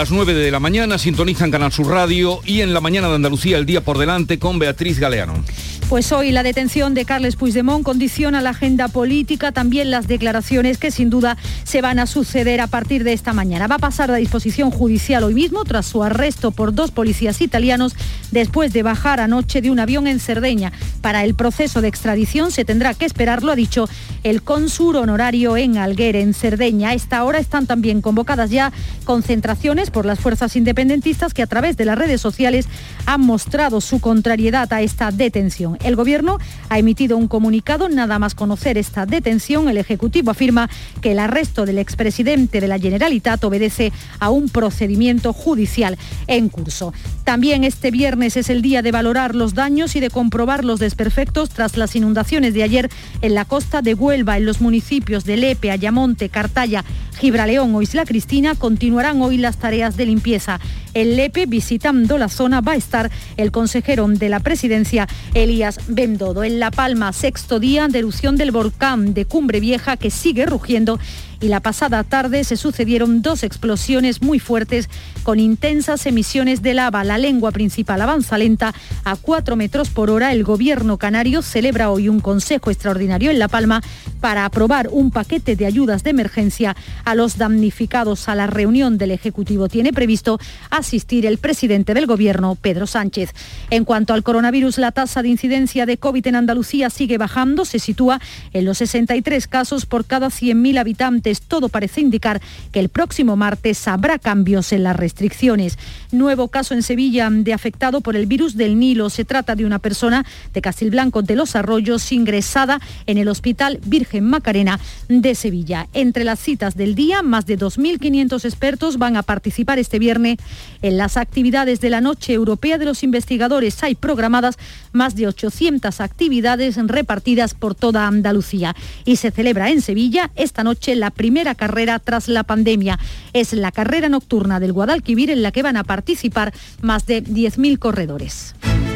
Las 9 de la mañana sintonizan Canal Sur Radio y en la mañana de Andalucía, el día por delante con Beatriz Galeano. Pues hoy la detención de Carles Puigdemont condiciona la agenda política, también las declaraciones que sin duda se van a suceder a partir de esta mañana. Va a pasar a disposición judicial hoy mismo tras su arresto por 2 policías italianos después de bajar anoche de un avión en Cerdeña. Para el proceso de extradición se tendrá que esperar, lo ha dicho el cónsul honorario en Alguer, en Cerdeña. A esta hora están también convocadas ya concentraciones por las fuerzas independentistas que a través de las redes sociales han mostrado su contrariedad a esta detención. El Gobierno ha emitido un comunicado nada más conocer esta detención. El Ejecutivo afirma que el arresto del expresidente de la Generalitat obedece a un procedimiento judicial en curso. También este viernes es el día de valorar los daños y de comprobar los desperfectos tras las inundaciones de ayer en la costa de Huelva, en los municipios de Lepe, Ayamonte, Cartaya, Gibraleón o Isla Cristina. Continuarán hoy las tareas de limpieza. En Lepe, visitando la zona, va a estar el consejero de la Presidencia, Elías Bendodo. En La Palma, 6º día de erupción del volcán de Cumbre Vieja, que sigue rugiendo, y la pasada tarde se sucedieron 2 explosiones muy fuertes con intensas emisiones de lava. La lengua principal avanza lenta a 4 metros por hora. El Gobierno canario celebra hoy un consejo extraordinario en La Palma para aprobar un paquete de ayudas de emergencia a los damnificados. A la reunión del Ejecutivo tiene previsto asistir el presidente del Gobierno, Pedro Sánchez. En cuanto al coronavirus, la tasa de incidencia de COVID en Andalucía sigue bajando, se sitúa en los 63 casos por cada 100.000 habitantes. Todo parece indicar que el próximo martes habrá cambios en las restricciones. Nuevo caso en Sevilla de afectado por el virus del Nilo. Se trata de una persona de Castilblanco de los Arroyos ingresada en el Hospital Virgen Macarena de Sevilla. Entre las citas del día, más de 2.500 expertos van a participar este viernes en las actividades de la Noche Europea de los Investigadores. Hay programadas más de 800 actividades repartidas por toda Andalucía. Y se celebra en Sevilla esta noche la primera carrera tras la pandemia. Es la carrera nocturna del Guadalquivir, en la que van a participar más de 10.000 corredores.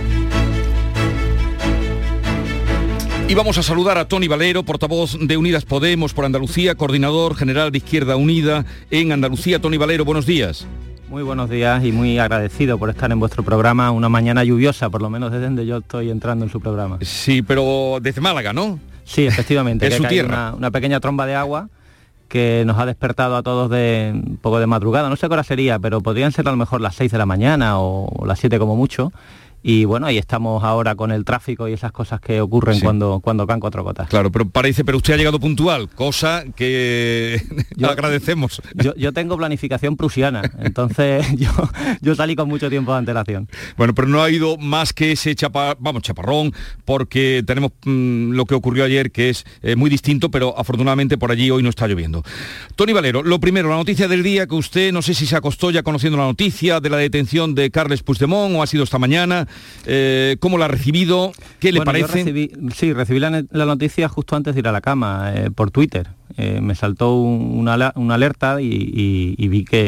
Y vamos a saludar a Tony Valero, portavoz de Unidas Podemos por Andalucía, coordinador general de Izquierda Unida en Andalucía. Tony Valero, buenos días. Muy buenos días y muy agradecido por estar en vuestro programa, una mañana lluviosa, por lo menos desde donde yo estoy entrando en su programa. Sí, pero desde Málaga, ¿no? Sí, efectivamente. Es su tierra. Una pequeña tromba de agua que nos ha despertado a todos de un poco de madrugada. No sé qué hora sería, pero podrían ser a lo mejor las 6 de la mañana o las 7 como mucho. Y bueno, ahí estamos ahora con el tráfico y esas cosas que ocurren, sí, cuando caen 4 gotas. Claro, pero usted ha llegado puntual, cosa que agradecemos. Yo tengo planificación prusiana, entonces yo salí con mucho tiempo de antelación. Bueno, pero no ha ido más que ese chaparrón, porque tenemos lo que ocurrió ayer, que es muy distinto, pero afortunadamente por allí hoy no está lloviendo. Tony Valero, lo primero, la noticia del día, que usted no sé si se acostó ya conociendo la noticia de la detención de Carles Puigdemont o ha sido esta mañana. ¿Cómo la ha recibido? ¿Qué le parece? Recibí la noticia justo antes de ir a la cama, por Twitter. Me saltó una alerta y vi que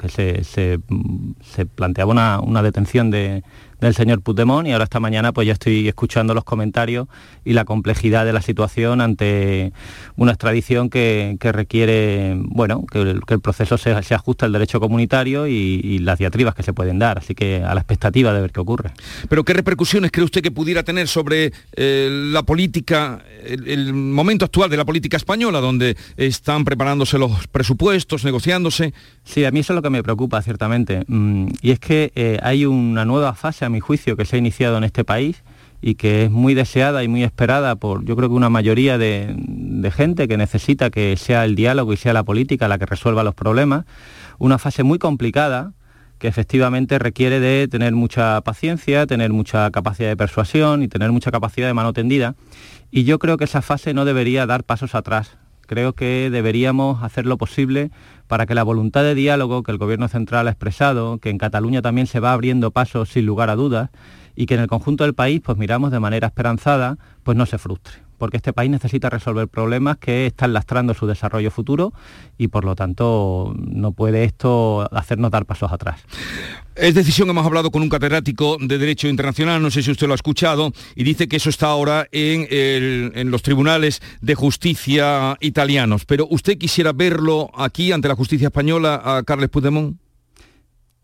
se planteaba una detención del señor Puigdemont, y ahora esta mañana pues ya estoy escuchando los comentarios y la complejidad de la situación ante una extradición que requiere, que el proceso se ajuste al derecho comunitario y las diatribas que se pueden dar, así que a la expectativa de ver qué ocurre. Pero ¿qué repercusiones cree usted que pudiera tener sobre la política, el momento actual de la política española, donde están preparándose los presupuestos, negociándose? Sí, a mí eso es lo que me preocupa, ciertamente, y es que hay una nueva fase, a mi juicio, que se ha iniciado en este país y que es muy deseada y muy esperada por, yo creo que una mayoría de gente que necesita que sea el diálogo y sea la política la que resuelva los problemas. Una fase muy complicada que efectivamente requiere de tener mucha paciencia, tener mucha capacidad de persuasión y tener mucha capacidad de mano tendida, y yo creo que esa fase no debería dar pasos atrás. Creo que deberíamos hacer lo posible para que la voluntad de diálogo que el Gobierno central ha expresado, que en Cataluña también se va abriendo pasos sin lugar a dudas, y que en el conjunto del país pues miramos de manera esperanzada, pues no se frustre. Porque este país necesita resolver problemas que están lastrando su desarrollo futuro y por lo tanto no puede esto hacernos dar pasos atrás. Es decisión, hemos hablado con un catedrático de Derecho Internacional, no sé si usted lo ha escuchado, y dice que eso está ahora en los tribunales de justicia italianos. Pero ¿usted quisiera verlo aquí ante la justicia española a Carles Puigdemont?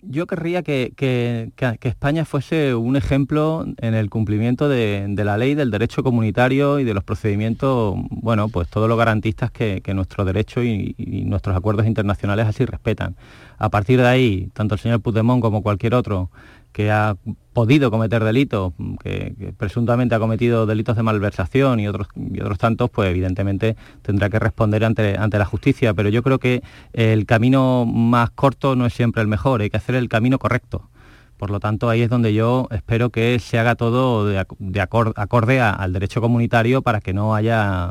Yo querría que España fuese un ejemplo en el cumplimiento de la ley, del derecho comunitario y de los procedimientos, bueno, pues todos los garantistas que nuestro derecho y nuestros acuerdos internacionales así respetan. A partir de ahí, tanto el señor Puigdemont como cualquier otro que ha podido cometer delitos, que presuntamente ha cometido delitos de malversación y otros tantos, pues evidentemente tendrá que responder ante la justicia. Pero yo creo que el camino más corto no es siempre el mejor, hay que hacer el camino correcto. Por lo tanto, ahí es donde yo espero que se haga todo acorde al derecho comunitario para que no haya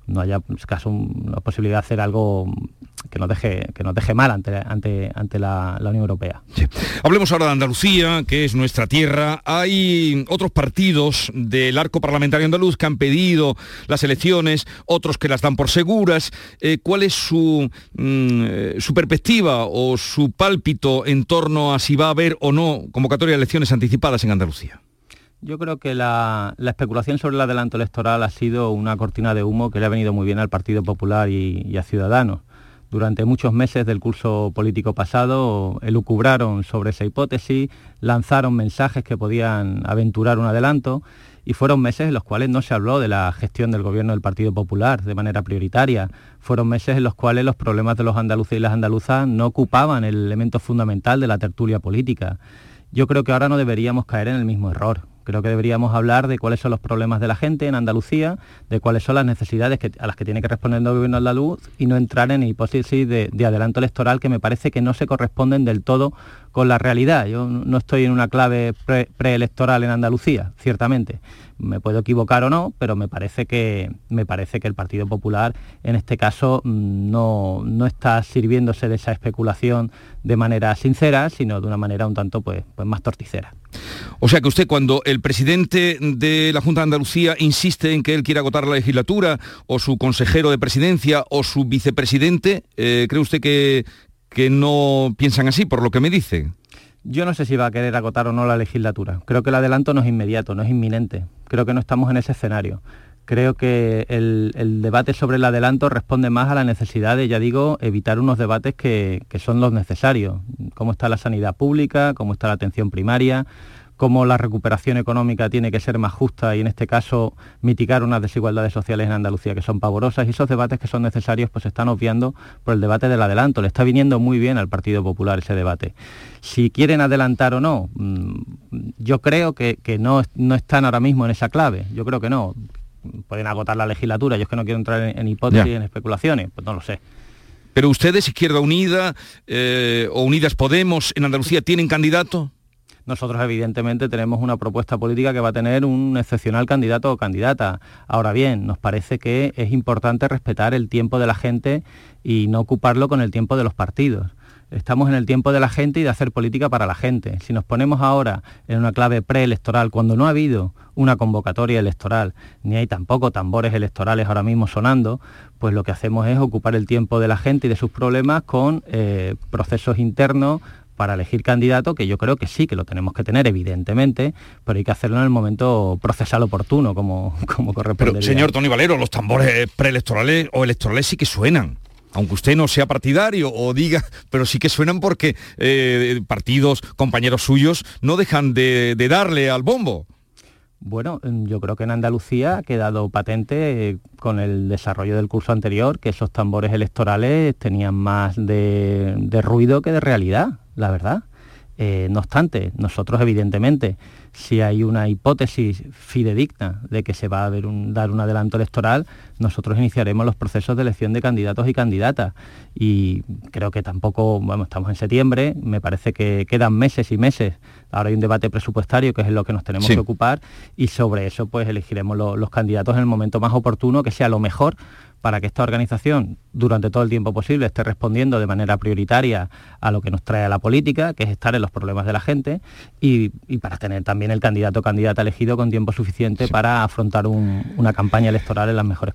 una posibilidad de hacer algo que nos deje mal ante la Unión Europea. Sí. Hablemos ahora de Andalucía, que es nuestra tierra. Hay otros partidos del arco parlamentario andaluz que han pedido las elecciones, otros que las dan por seguras. ¿Cuál es su perspectiva o su pálpito en torno a si va a haber o no convocatoria de elecciones anticipadas en Andalucía? Yo creo que la especulación sobre el adelanto electoral ha sido una cortina de humo que le ha venido muy bien al Partido Popular y a Ciudadanos. Durante muchos meses del curso político pasado elucubraron sobre esa hipótesis, lanzaron mensajes que podían aventurar un adelanto y fueron meses en los cuales no se habló de la gestión del gobierno del Partido Popular de manera prioritaria. Fueron meses en los cuales los problemas de los andaluces y las andaluzas no ocupaban el elemento fundamental de la tertulia política. Yo creo que ahora no deberíamos caer en el mismo error. Creo que deberíamos hablar de cuáles son los problemas de la gente en Andalucía, de cuáles son las necesidades a las que tiene que responder el gobierno andaluz y no entrar en hipótesis de adelanto electoral que me parece que no se corresponden del todo con la realidad. Yo no estoy en una clave preelectoral en Andalucía, ciertamente. Me puedo equivocar o no, pero me parece que el Partido Popular en este caso no está sirviéndose de esa especulación de manera sincera, sino de una manera un tanto pues más torticera. O sea que usted, cuando el presidente de la Junta de Andalucía insiste en que él quiere agotar la legislatura, o su consejero de presidencia o su vicepresidente, ¿cree usted que no piensan así, por lo que me dice? Yo no sé si va a querer agotar o no la legislatura. Creo que el adelanto no es inmediato, no es inminente. Creo que no estamos en ese escenario. Creo que el debate sobre el adelanto responde más a la necesidad de, ya digo, evitar unos debates que son los necesarios. Cómo está la sanidad pública, cómo está la atención primaria, cómo la recuperación económica tiene que ser más justa y en este caso mitigar unas desigualdades sociales en Andalucía que son pavorosas, y esos debates que son necesarios pues se están obviando por el debate del adelanto. Le está viniendo muy bien al Partido Popular ese debate. Si quieren adelantar o no, yo creo que no están ahora mismo en esa clave. Yo creo que no. Pueden agotar la legislatura. Yo es que no quiero entrar en hipótesis, en especulaciones, pues no lo sé. ¿Pero ustedes, Izquierda Unida o Unidas Podemos en Andalucía, tienen candidato? Nosotros evidentemente tenemos una propuesta política que va a tener un excepcional candidato o candidata. Ahora bien, nos parece que es importante respetar el tiempo de la gente y no ocuparlo con el tiempo de los partidos. Estamos en el tiempo de la gente y de hacer política para la gente. Si nos ponemos ahora en una clave preelectoral, cuando no ha habido una convocatoria electoral, ni hay tampoco tambores electorales ahora mismo sonando, pues lo que hacemos es ocupar el tiempo de la gente y de sus problemas con procesos internos para elegir candidato, que yo creo que sí, que lo tenemos que tener, evidentemente, pero hay que hacerlo en el momento procesal oportuno, como corresponde. Pero, señor Tony Valero, los tambores preelectorales o electorales sí que suenan. Aunque usted no sea partidario o diga, pero sí que suenan porque partidos, compañeros suyos, no dejan de darle al bombo. Bueno, yo creo que en Andalucía ha quedado patente con el desarrollo del curso anterior que esos tambores electorales tenían más de ruido que de realidad, la verdad. No obstante, nosotros evidentemente, si hay una hipótesis fidedigna de que se va a dar un adelanto electoral, nosotros iniciaremos los procesos de elección de candidatos y candidatas. Y creo que tampoco, estamos en septiembre, me parece que quedan meses y meses. Ahora hay un debate presupuestario que es en lo que nos tenemos que ocupar, y sobre eso pues elegiremos los candidatos en el momento más oportuno, que sea lo mejor para que esta organización durante todo el tiempo posible esté respondiendo de manera prioritaria a lo que nos trae a la política, que es estar en los problemas de la gente, y para tener también el candidato o candidata elegido con tiempo suficiente para afrontar una campaña electoral en las mejores condiciones.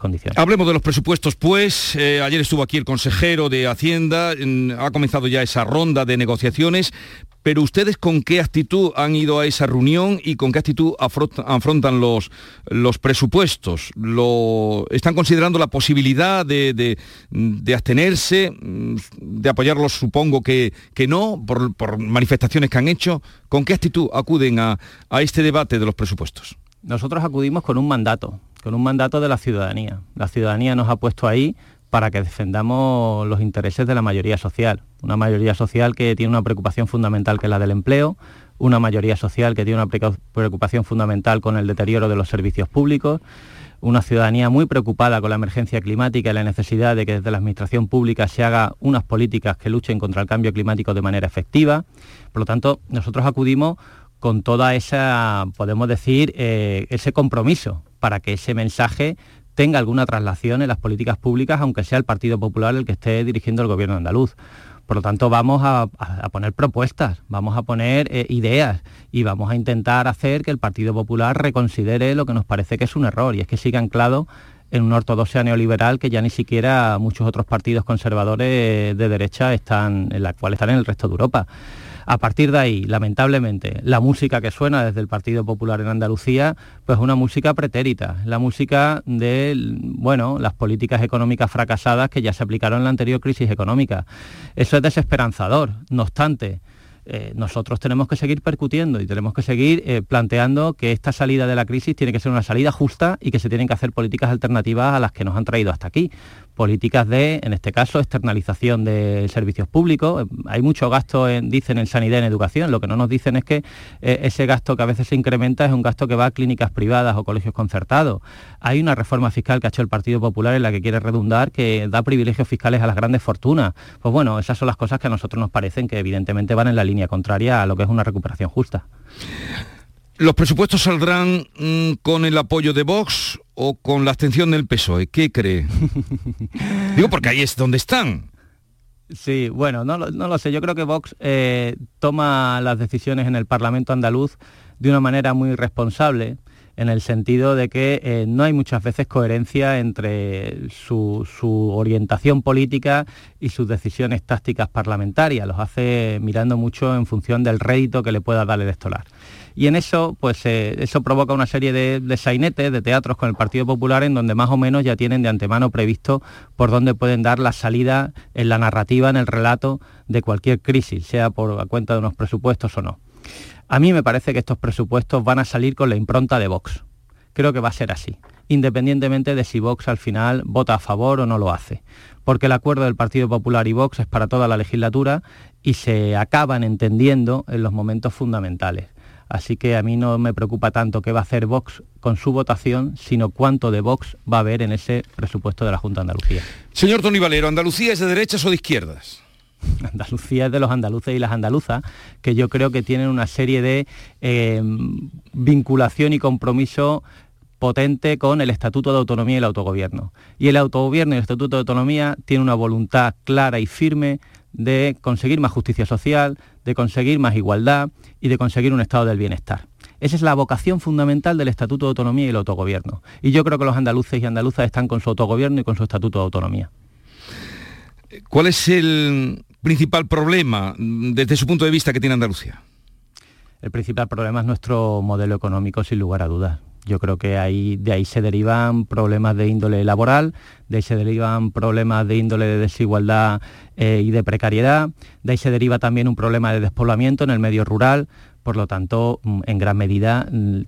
condiciones. Hablemos de los presupuestos, pues. Ayer estuvo aquí el consejero de Hacienda, ha comenzado ya esa ronda de negociaciones, pero ¿ustedes con qué actitud han ido a esa reunión y con qué actitud afrontan los presupuestos? ¿Están considerando la posibilidad de abstenerse, de apoyarlos? Supongo que no, por manifestaciones que han hecho. ¿Con qué actitud acuden a este debate de los presupuestos? Nosotros acudimos con un mandato de la ciudadanía. La ciudadanía nos ha puesto ahí para que defendamos los intereses de la mayoría social. Una mayoría social que tiene una preocupación fundamental, que es la del empleo, una mayoría social que tiene una preocupación fundamental con el deterioro de los servicios públicos, una ciudadanía muy preocupada con la emergencia climática y la necesidad de que desde la administración pública se haga unas políticas que luchen contra el cambio climático de manera efectiva. Por lo tanto, nosotros acudimos con toda esa, podemos decir, ese compromiso para que ese mensaje tenga alguna traslación en las políticas públicas, aunque sea el Partido Popular el que esté dirigiendo el gobierno andaluz. Por lo tanto, vamos a poner propuestas, vamos a poner ideas y vamos a intentar hacer que el Partido Popular reconsidere lo que nos parece que es un error, y es que siga anclado en una ortodoxia neoliberal que ya ni siquiera muchos otros partidos conservadores de derecha están en el resto de Europa. A partir de ahí, lamentablemente, la música que suena desde el Partido Popular en Andalucía, pues una música pretérita, la música de, las políticas económicas fracasadas que ya se aplicaron en la anterior crisis económica. Eso es desesperanzador. No obstante, nosotros tenemos que seguir percutiendo y tenemos que seguir planteando que esta salida de la crisis tiene que ser una salida justa y que se tienen que hacer políticas alternativas a las que nos han traído hasta aquí. Políticas de, en este caso, externalización de servicios públicos. Hay mucho gasto, dicen, en sanidad y en educación. Lo que no nos dicen es que ese gasto que a veces se incrementa es un gasto que va a clínicas privadas o colegios concertados. Hay una reforma fiscal que ha hecho el Partido Popular en la que quiere redundar, que da privilegios fiscales a las grandes fortunas. Pues bueno, esas son las cosas que a nosotros nos parecen que evidentemente van en la línea contraria a lo que es una recuperación justa. ¿Los presupuestos saldrán con el apoyo de Vox o con la abstención del PSOE? ¿Qué cree? Digo, porque ahí es donde están. Sí, bueno, no lo sé. Yo creo que Vox toma las decisiones en el Parlamento andaluz de una manera muy responsable, en el sentido de que no hay muchas veces coherencia entre su orientación política y sus decisiones tácticas parlamentarias. Los hace mirando mucho en función del rédito que le pueda dar el electoral. Y en eso, pues eso provoca una serie de sainetes, de teatros con el Partido Popular, en donde más o menos ya tienen de antemano previsto por dónde pueden dar la salida en la narrativa, en el relato de cualquier crisis, sea por cuenta de unos presupuestos o no. A mí me parece que estos presupuestos van a salir con la impronta de Vox. Creo que va a ser así, independientemente de si Vox al final vota a favor o no lo hace, porque el acuerdo del Partido Popular y Vox es para toda la legislatura y se acaban entendiendo en los momentos fundamentales. Así que a mí no me preocupa tanto qué va a hacer Vox con su votación, sino cuánto de Vox va a haber en ese presupuesto de la Junta de Andalucía. Señor Tony Valero, ¿Andalucía es de derechas o de izquierdas? Andalucía es de los andaluces y las andaluzas, que yo creo que tienen una serie de vinculación y compromiso potente con el Estatuto de Autonomía y el Autogobierno. Y el Autogobierno y el Estatuto de Autonomía tienen una voluntad clara y firme de conseguir más justicia social, de conseguir más igualdad y de conseguir un estado del bienestar. Esa es la vocación fundamental del Estatuto de Autonomía y el Autogobierno. Y yo creo que los andaluces y andaluzas están con su autogobierno y con su Estatuto de Autonomía. ¿Cuál es el principal problema desde su punto de vista que tiene Andalucía? El principal problema es nuestro modelo económico, sin lugar a dudas. Yo creo que de ahí se derivan problemas de índole laboral, de ahí se derivan problemas de índole de desigualdad y de precariedad, de ahí se deriva también un problema de despoblamiento en el medio rural. Por lo tanto, en gran medida,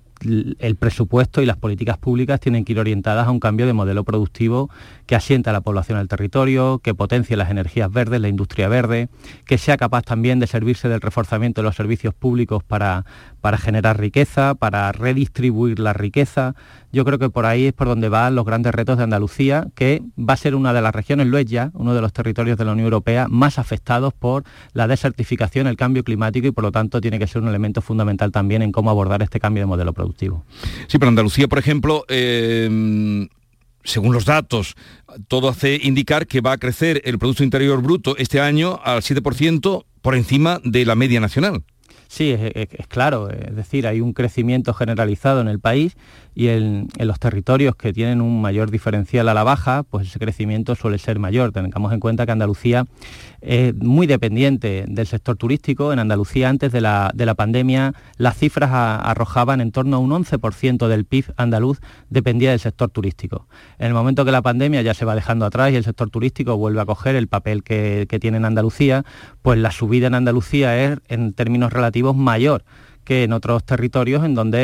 el presupuesto y las políticas públicas tienen que ir orientadas a un cambio de modelo productivo que asienta a la población al territorio, que potencie las energías verdes, la industria verde, que sea capaz también de servirse del reforzamiento de los servicios públicos para generar riqueza, para redistribuir la riqueza. Yo creo que por ahí es por donde van los grandes retos de Andalucía, que va a ser una de las regiones, lo es ya, uno de los territorios de la Unión Europea más afectados por la desertificación, el cambio climático, y por lo tanto tiene que ser un elemento fundamental también en cómo abordar este cambio de modelo productivo. Sí, pero Andalucía, por ejemplo, según los datos, todo hace indicar que va a crecer el Producto Interior Bruto este año al 7% por encima de la media nacional. Sí, es claro, es decir, hay un crecimiento generalizado en el país y en los territorios que tienen un mayor diferencial a la baja, pues ese crecimiento suele ser mayor. Tengamos en cuenta que Andalucía es muy dependiente del sector turístico. En Andalucía, antes de la pandemia, las cifras arrojaban en torno a un 11% del PIB andaluz dependía del sector turístico. En el momento que la pandemia ya se va dejando atrás y el sector turístico vuelve a coger el papel que tiene en Andalucía, pues la subida en Andalucía es, en términos relativos, mayor que en otros territorios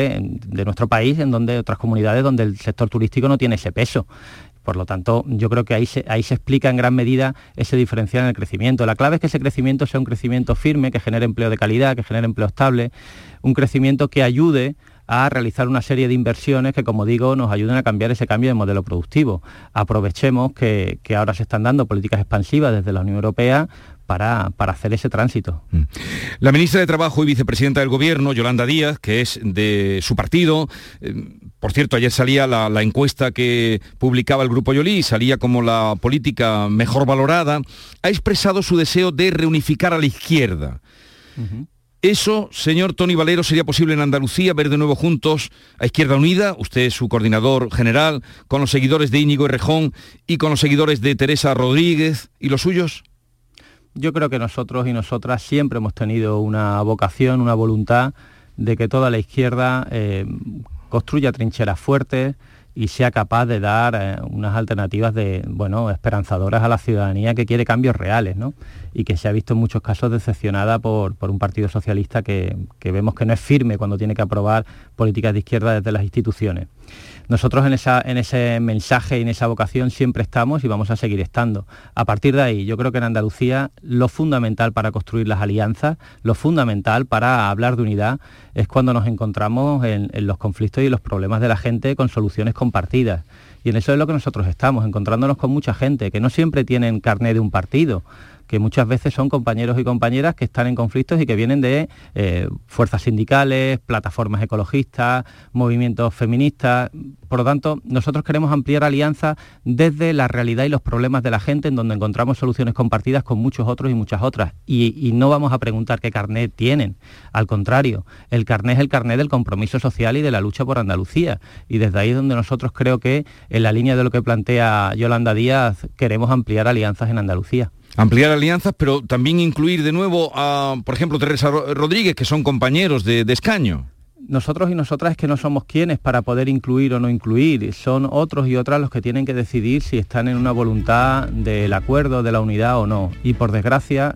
de nuestro país, en donde otras comunidades donde el sector turístico no tiene ese peso. Por lo tanto, yo creo que ahí se explica en gran medida ese diferencial en el crecimiento. La clave es que ese crecimiento sea un crecimiento firme, que genere empleo de calidad, que genere empleo estable, un crecimiento que ayude a realizar una serie de inversiones que, como digo, nos ayuden a cambiar ese cambio de modelo productivo. Aprovechemos que ahora se están dando políticas expansivas desde la Unión Europea para hacer ese tránsito. La ministra de Trabajo y vicepresidenta del Gobierno, Yolanda Díaz, que es de su partido, por cierto, ayer salía la encuesta que publicaba el Grupo Yolí, salía como la política mejor valorada, ha expresado su deseo de reunificar a la izquierda. Uh-huh. ¿Eso, señor Tony Valero, sería posible en Andalucía, ver de nuevo juntos a Izquierda Unida, usted es su coordinador general, con los seguidores de Íñigo Errejón y con los seguidores de Teresa Rodríguez y los suyos? Yo creo que nosotros y nosotras siempre hemos tenido una vocación, una voluntad de que toda la izquierda construya trincheras fuertes y sea capaz de dar unas alternativas esperanzadoras a la ciudadanía que quiere cambios reales, ¿no? Y que se ha visto en muchos casos decepcionada por un partido socialista que vemos que no es firme cuando tiene que aprobar políticas de izquierda desde las instituciones. Nosotros en ese mensaje y en esa vocación siempre estamos y vamos a seguir estando. A partir de ahí, yo creo que en Andalucía lo fundamental para construir las alianzas, lo fundamental para hablar de unidad, es cuando nos encontramos en los conflictos y los problemas de la gente con soluciones compartidas. Y en eso es lo que nosotros estamos, encontrándonos con mucha gente que no siempre tienen carné de un partido, que muchas veces son compañeros y compañeras que están en conflictos y que vienen de fuerzas sindicales, plataformas ecologistas, movimientos feministas. Por lo tanto, nosotros queremos ampliar alianzas desde la realidad y los problemas de la gente, en donde encontramos soluciones compartidas con muchos otros y muchas otras. Y no vamos a preguntar qué carnet tienen. Al contrario, el carnet es el carnet del compromiso social y de la lucha por Andalucía. Y desde ahí es donde nosotros creo que, en la línea de lo que plantea Yolanda Díaz, queremos ampliar alianzas en Andalucía. Ampliar alianzas, pero también incluir de nuevo a, por ejemplo, Teresa Rodríguez, que son compañeros de escaño. Nosotros y nosotras es que no somos quienes para poder incluir o no incluir, son otros y otras los que tienen que decidir si están en una voluntad del acuerdo, de la unidad o no. Y por desgracia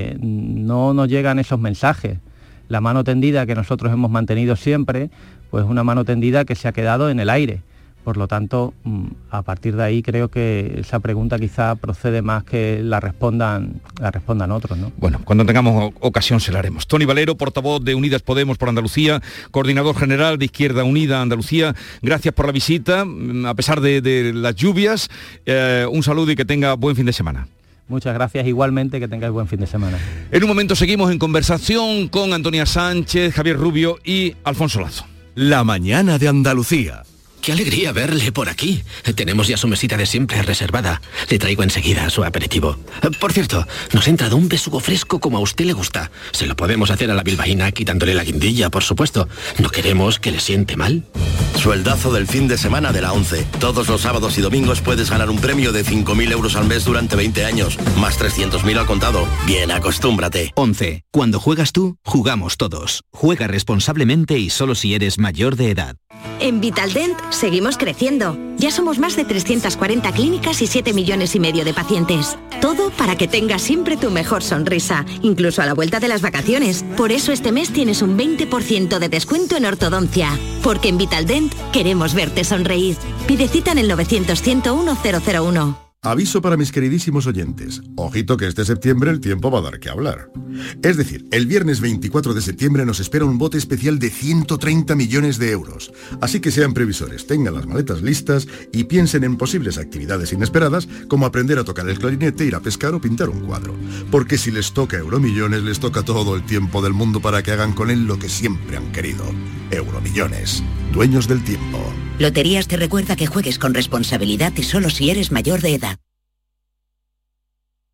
no nos llegan esos mensajes. La mano tendida que nosotros hemos mantenido siempre, pues una mano tendida que se ha quedado en el aire. Por lo tanto, a partir de ahí creo que esa pregunta quizá procede más que la respondan otros, ¿no? Bueno, cuando tengamos ocasión se la haremos. Tony Valero, portavoz de Unidas Podemos por Andalucía, coordinador general de Izquierda Unida Andalucía, gracias por la visita, a pesar de las lluvias, un saludo y que tenga buen fin de semana. Muchas gracias, igualmente que tengáis buen fin de semana. En un momento seguimos en conversación con Antonia Sánchez, Javier Rubio y Alfonso Lazo. La mañana de Andalucía. ¡Qué alegría verle por aquí! Tenemos ya su mesita de siempre reservada. Le traigo enseguida su aperitivo. Por cierto, nos ha entrado un besugo fresco como a usted le gusta. Se lo podemos hacer a la bilbaína quitándole la guindilla, por supuesto. No queremos que le siente mal. Sueldazo del fin de semana de la 11. Todos los sábados y domingos puedes ganar un premio de 5.000 euros al mes durante 20 años, más 300.000 al contado. Bien, acostúmbrate. 11. Cuando juegas tú, jugamos todos. Juega responsablemente y solo si eres mayor de edad. En Vitaldent seguimos creciendo. Ya somos más de 340 clínicas y 7,5 millones de pacientes. Todo para que tengas siempre tu mejor sonrisa, incluso a la vuelta de las vacaciones. Por eso este mes tienes un 20% de descuento en ortodoncia. Porque en Vitaldent queremos verte sonreír. Pide cita en el 900-101-001. Aviso para mis queridísimos oyentes. Ojito que este septiembre el tiempo va a dar que hablar. Es decir, el viernes 24 de septiembre nos espera un bote especial de 130 millones de euros. Así que sean previsores, tengan las maletas listas y piensen en posibles actividades inesperadas como aprender a tocar el clarinete, ir a pescar o pintar un cuadro. Porque si les toca Euromillones, les toca todo el tiempo del mundo para que hagan con él lo que siempre han querido. Euromillones, dueños del tiempo. Loterías te recuerda que juegues con responsabilidad y solo si eres mayor de edad.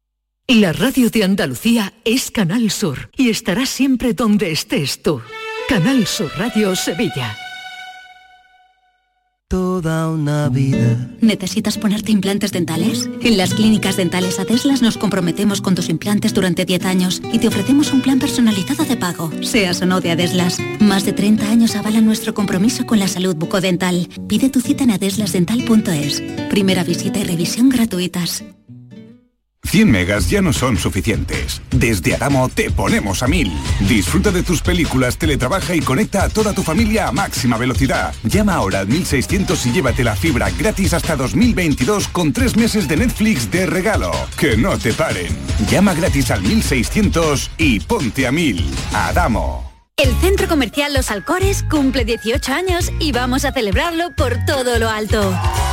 La radio de Andalucía es Canal Sur y estará siempre donde estés tú. Canal Sur Radio Sevilla. Toda una vida. ¿Necesitas ponerte implantes dentales? En las clínicas dentales Adeslas nos comprometemos con tus implantes durante 10 años y te ofrecemos un plan personalizado de pago, seas o no de Adeslas. Más de 30 años avalan nuestro compromiso con la salud bucodental. Pide tu cita en adeslasdental.es. Primera visita y revisión gratuitas. 100 megas ya no son suficientes. Desde Adamo te ponemos a 1000. Disfruta de tus películas, teletrabaja y conecta a toda tu familia a máxima velocidad. Llama ahora al 1600 y llévate la fibra gratis hasta 2022 con 3 meses de Netflix de regalo. Que no te paren. Llama gratis al 1600 y ponte a 1000. Adamo. El Centro Comercial Los Alcores cumple 18 años y vamos a celebrarlo por todo lo alto.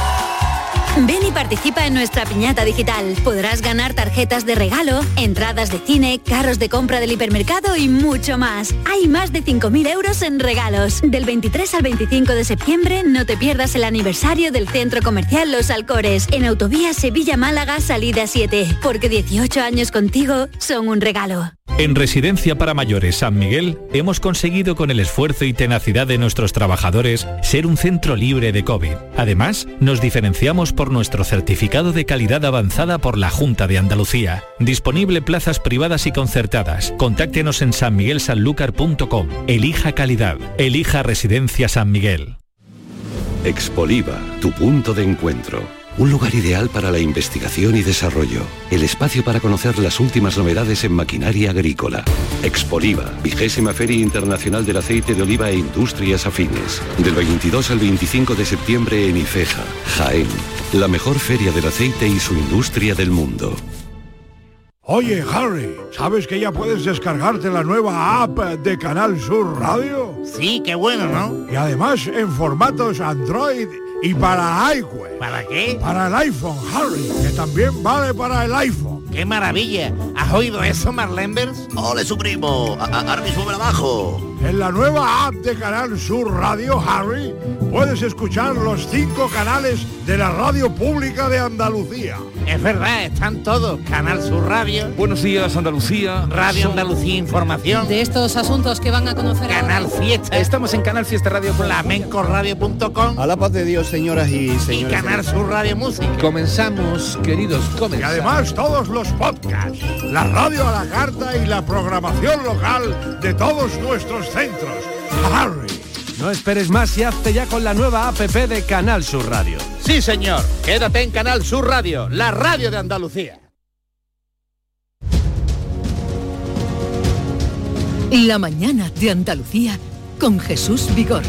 Ven y participa en nuestra piñata digital. Podrás ganar tarjetas de regalo, entradas de cine, carros de compra del hipermercado y mucho más. Hay más de 5.000 euros en regalos. Del 23 al 25 de septiembre no te pierdas el aniversario del Centro Comercial Los Alcores, en autovía Sevilla-Málaga, salida 7, porque 18 años contigo son un regalo. En Residencia para Mayores San Miguel hemos conseguido, con el esfuerzo y tenacidad de nuestros trabajadores, ser un centro libre de COVID. Además, nos diferenciamos por nuestro certificado de calidad avanzada por la Junta de Andalucía. Disponible plazas privadas y concertadas. Contáctenos en sanmiguelsanlucar.com. Elija calidad. Elija Residencia San Miguel. Expoliva, tu punto de encuentro. Un lugar ideal para la investigación y desarrollo. El espacio para conocer las últimas novedades en maquinaria agrícola. Expoliva, 20ª Feria Internacional del Aceite de Oliva e Industrias Afines. Del 22 al 25 de septiembre en Ifeja, Jaén. La mejor feria del aceite y su industria del mundo. Oye, Harry, ¿sabes que ya puedes descargarte la nueva app de Canal Sur Radio? Sí, qué bueno, ¿no? Y además en formatos Android y para iWeb. ¿Para qué? Para el iPhone, Harry, que también vale para el iPhone. ¡Qué maravilla! ¿Has oído eso, Marlenbers? ¡Ole, su primo! ¡Ahora mismo me la bajo! En la nueva app de Canal Sur Radio, Harry, puedes escuchar los 5 canales de la radio pública de Andalucía. Es verdad, están todos. Canal Sur Radio. Buenos días, Andalucía. Radio Andalucía Información. De estos asuntos que van a conocer Canal ahora. Fiesta. Estamos en Canal Fiesta Radio. Flamencoradio.com. A la paz de Dios, señoras y señores. Y Canal Sur Radio Música. Comenzamos, queridos, Y además todos los podcasts, la radio a la carta y la programación local de todos nuestros centros. Harry. No esperes más y hazte ya con la nueva app de Canal Sur Radio. Sí, señor. Quédate en Canal Sur Radio, la radio de Andalucía. La mañana de Andalucía con Jesús Vigorra.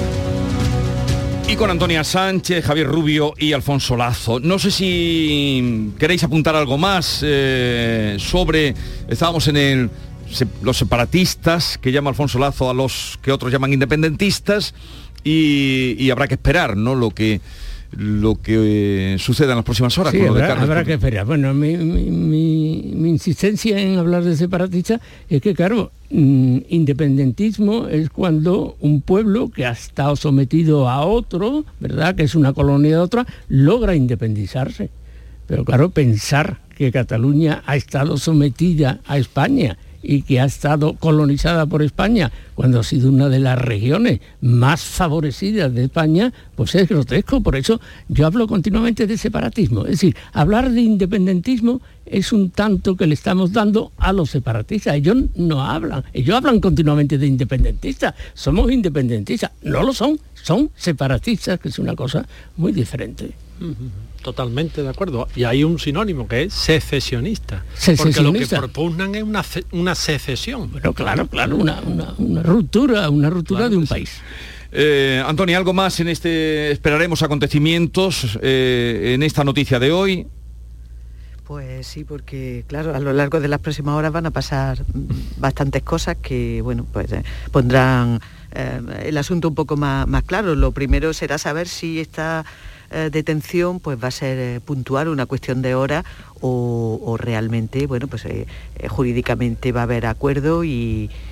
Y con Antonia Sánchez, Javier Rubio y Alfonso Lazo. No sé si queréis apuntar algo más sobre... Estábamos en los separatistas, que llama Alfonso Lazo a los que otros llaman independentistas, y habrá que esperar, ¿no?, lo que suceda en las próximas horas. Sí, con lo de habrá que esperar. Bueno, mi insistencia en hablar de separatistas es que, claro, independentismo es cuando un pueblo que ha estado sometido a otro, ¿verdad?, que es una colonia de otra, logra independizarse. Pero claro, pensar que Cataluña ha estado sometida a España y que ha estado colonizada por España cuando ha sido una de las regiones más favorecidas de España, pues es grotesco. Por eso yo hablo continuamente de separatismo. Es decir, hablar de independentismo es un tanto que le estamos dando a los separatistas. Ellos no hablan, ellos hablan continuamente de independentistas. Somos independentistas. No lo son separatistas, que es una cosa muy diferente. Totalmente de acuerdo. Y hay un sinónimo que es secesionista. Porque lo que propugnan es una secesión. Pero claro, una ruptura claro de un país. Antonio, ¿algo más en esperaremos acontecimientos en esta noticia de hoy? Pues sí, porque claro, a lo largo de las próximas horas van a pasar bastantes cosas que, bueno, pues pondrán el asunto un poco más claro. Lo primero será saber si esta detención pues va a ser puntual, una cuestión de horas, o realmente, bueno, pues jurídicamente va a haber acuerdo y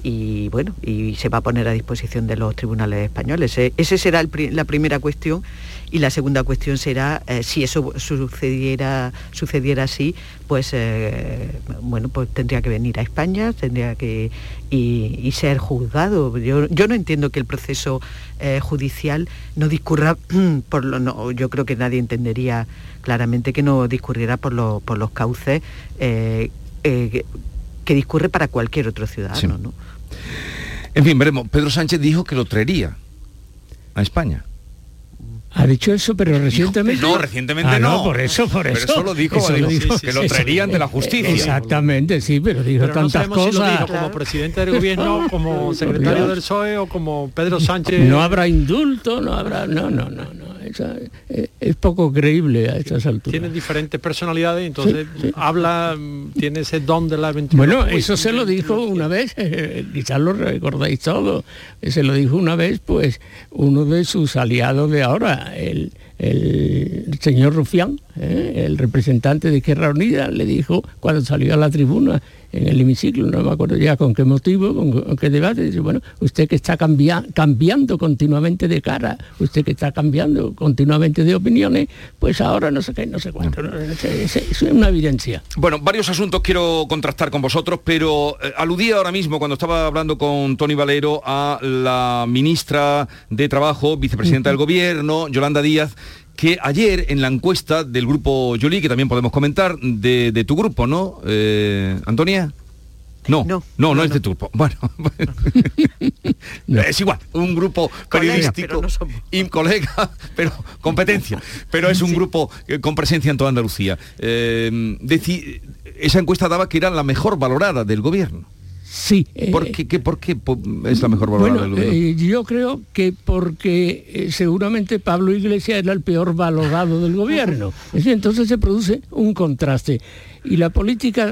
y bueno, y se va a poner a disposición de los tribunales españoles. Ese será la primera cuestión, y la segunda cuestión será si eso sucediera así, pues bueno, pues tendría que venir a España, tendría que y ser juzgado. Yo no entiendo que el proceso judicial no discurra yo creo que nadie entendería claramente que no discurriera por los cauces que discurre para cualquier otro ciudadano, sí. ¿No? En fin, veremos. Pedro Sánchez dijo que lo traería a España. Ha dicho eso, pero recientemente... No, recientemente no. Por eso. Pero eso lo dijo, que lo traería ante la justicia. Exactamente, sí, pero dijo tantas cosas. Si lo dijo como presidente del gobierno, como secretario del PSOE o como Pedro Sánchez... No habrá indulto, no habrá... No. Es poco creíble a estas alturas. Tiene diferentes personalidades, entonces habla, tiene ese don de la eventualidad. Bueno, eso se lo dijo una vez, quizás lo recordáis todo, se lo dijo una vez, pues, uno de sus aliados de ahora, el señor Rufián, el representante de Izquierda Unida, le dijo cuando salió a la tribuna en el hemiciclo, no me acuerdo ya con qué motivo, con qué debate, dice, bueno, usted que está cambiando continuamente de cara, usted que está cambiando continuamente de opiniones, pues ahora no sé qué, no sé cuánto, es una evidencia. Bueno, varios asuntos quiero contrastar con vosotros, pero aludía ahora mismo, cuando estaba hablando con Tony Valero, a la ministra de Trabajo, vicepresidenta del Gobierno, Yolanda Díaz, que ayer en la encuesta del grupo Joly, que también podemos comentar, de tu grupo, ¿no, Antonia? No es de tu grupo. Bueno, es igual, un grupo periodístico y colega, pero competencia, pero es un grupo con presencia en toda Andalucía. Esa encuesta daba que era la mejor valorada del gobierno. Sí. ¿Por qué es la mejor valorada del gobierno? Yo creo que porque seguramente Pablo Iglesias era el peor valorado del gobierno. Entonces se produce un contraste. Y la política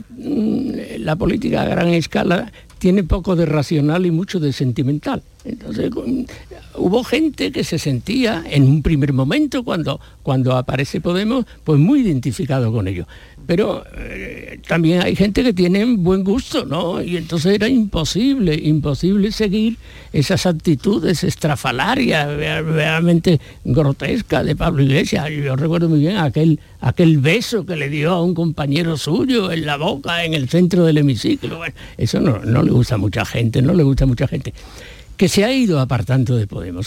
a gran escala tiene poco de racional y mucho de sentimental. Entonces hubo gente que se sentía en un primer momento cuando aparece Podemos pues muy identificado con ello, pero también hay gente que tiene buen gusto, ¿no? Y entonces era imposible seguir esas actitudes estrafalarias realmente grotescas de Pablo Iglesias. Yo recuerdo muy bien aquel beso que le dio a un compañero suyo en la boca en el centro del hemiciclo. Bueno, eso no le gusta a mucha gente, que se ha ido apartando de Podemos,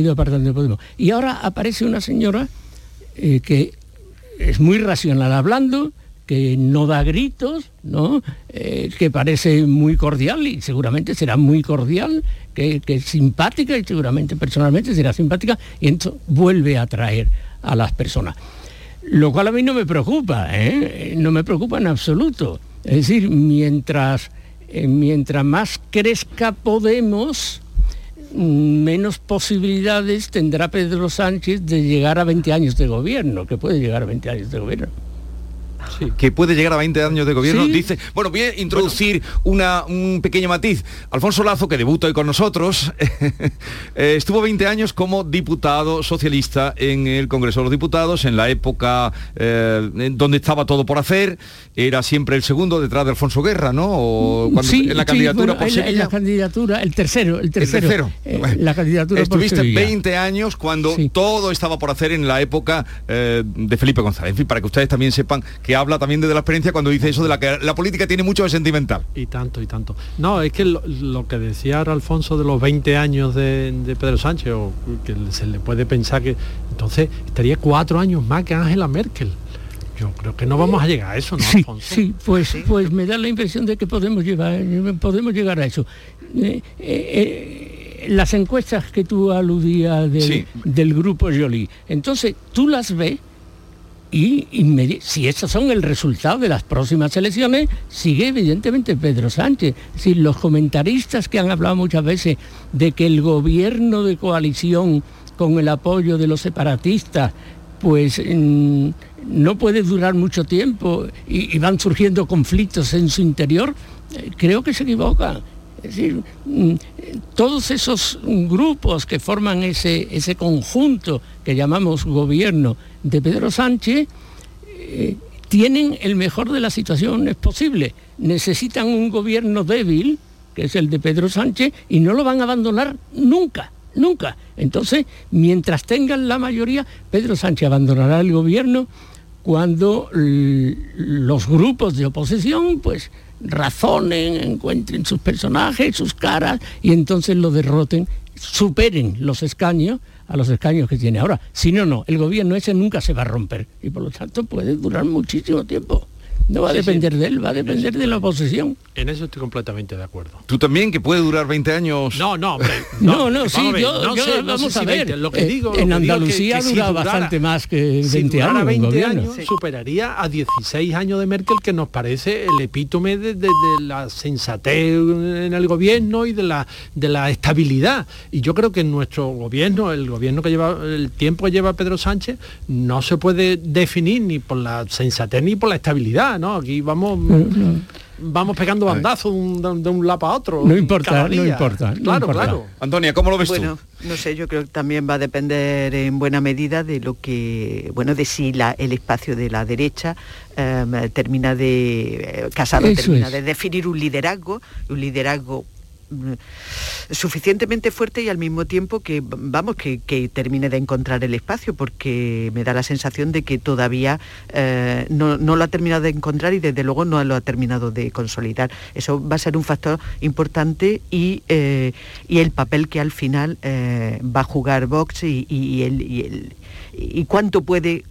Y ahora aparece una señora que es muy racional hablando, que no da gritos, ¿no? Que parece muy cordial y seguramente será muy cordial, que es simpática y seguramente personalmente será simpática, y entonces vuelve a atraer a las personas. Lo cual a mí no me preocupa, no me preocupa en absoluto. Es decir, mientras más crezca Podemos, menos posibilidades tendrá Pedro Sánchez de llegar a 20 años de gobierno, que puede llegar a 20 años de gobierno. Sí. Que puede llegar a 20 años de gobierno, ¿sí? Dice, bueno, voy a introducir un pequeño matiz. Alfonso Lazo, que debuta hoy con nosotros, estuvo 20 años como diputado socialista en el Congreso de los Diputados, en la época donde estaba todo por hacer, era siempre el segundo detrás de Alfonso Guerra, ¿no? O cuando, sí, en la candidatura por Sevilla. En la candidatura, el tercero. La candidatura estuviste por Sevilla. 20 años cuando todo estaba por hacer en la época de Felipe González. En fin, para que ustedes también sepan que habla también de la experiencia cuando dice eso de la política tiene mucho de sentimental. Y tanto. No, es que lo que decía ahora Alfonso de los 20 años de Pedro Sánchez, o que se le puede pensar que entonces estaría 4 años más que Angela Merkel. Yo creo que no vamos a llegar a eso, ¿no, Alfonso? Sí, pues me da la impresión de que podemos llegar a eso. Las encuestas que tú aludías del grupo Joly, entonces tú las ves y si esos son el resultado de las próximas elecciones, sigue evidentemente Pedro Sánchez. Es decir, los comentaristas que han hablado muchas veces de que el gobierno de coalición con el apoyo de los separatistas pues no puede durar mucho tiempo y van surgiendo conflictos en su interior, creo que se equivocan. Es decir, todos esos grupos que forman ese conjunto que llamamos gobierno de Pedro Sánchez tienen el mejor de las situaciones posibles. Necesitan un gobierno débil que es el de Pedro Sánchez, y no lo van a abandonar nunca. Nunca. Entonces, mientras tengan la mayoría, Pedro Sánchez abandonará el gobierno cuando los grupos de oposición pues razonen, encuentren sus personajes, sus caras, y entonces lo derroten, superen los escaños a los escaños que tiene ahora. Si no, no, el gobierno ese nunca se va a romper y por lo tanto puede durar muchísimo tiempo. No va a depender de él, va a depender de la oposición. En eso estoy completamente de acuerdo. ¿Tú también, que puede durar 20 años? No, hombre. Vamos a ver. Lo que digo, en Andalucía ha durado bastante más que 20 años. 20 años superaría a 16 años de Merkel, que nos parece el epítome de la sensatez en el gobierno y de la estabilidad. Y yo creo que en nuestro gobierno, el gobierno que lleva, el tiempo que lleva Pedro Sánchez, no se puede definir ni por la sensatez ni por la estabilidad, ¿no? Aquí vamos pegando bandazos de un lado para otro. No importa. Claro. Antonia, ¿cómo lo ves tú? Bueno, no sé, yo creo que también va a depender en buena medida de lo que, de si el espacio de la derecha termina de de definir un liderazgo suficientemente fuerte y al mismo tiempo que termine de encontrar el espacio, porque me da la sensación de que todavía no lo ha terminado de encontrar y desde luego no lo ha terminado de consolidar. Eso va a ser un factor importante y el papel que al final va a jugar Vox y cuánto puede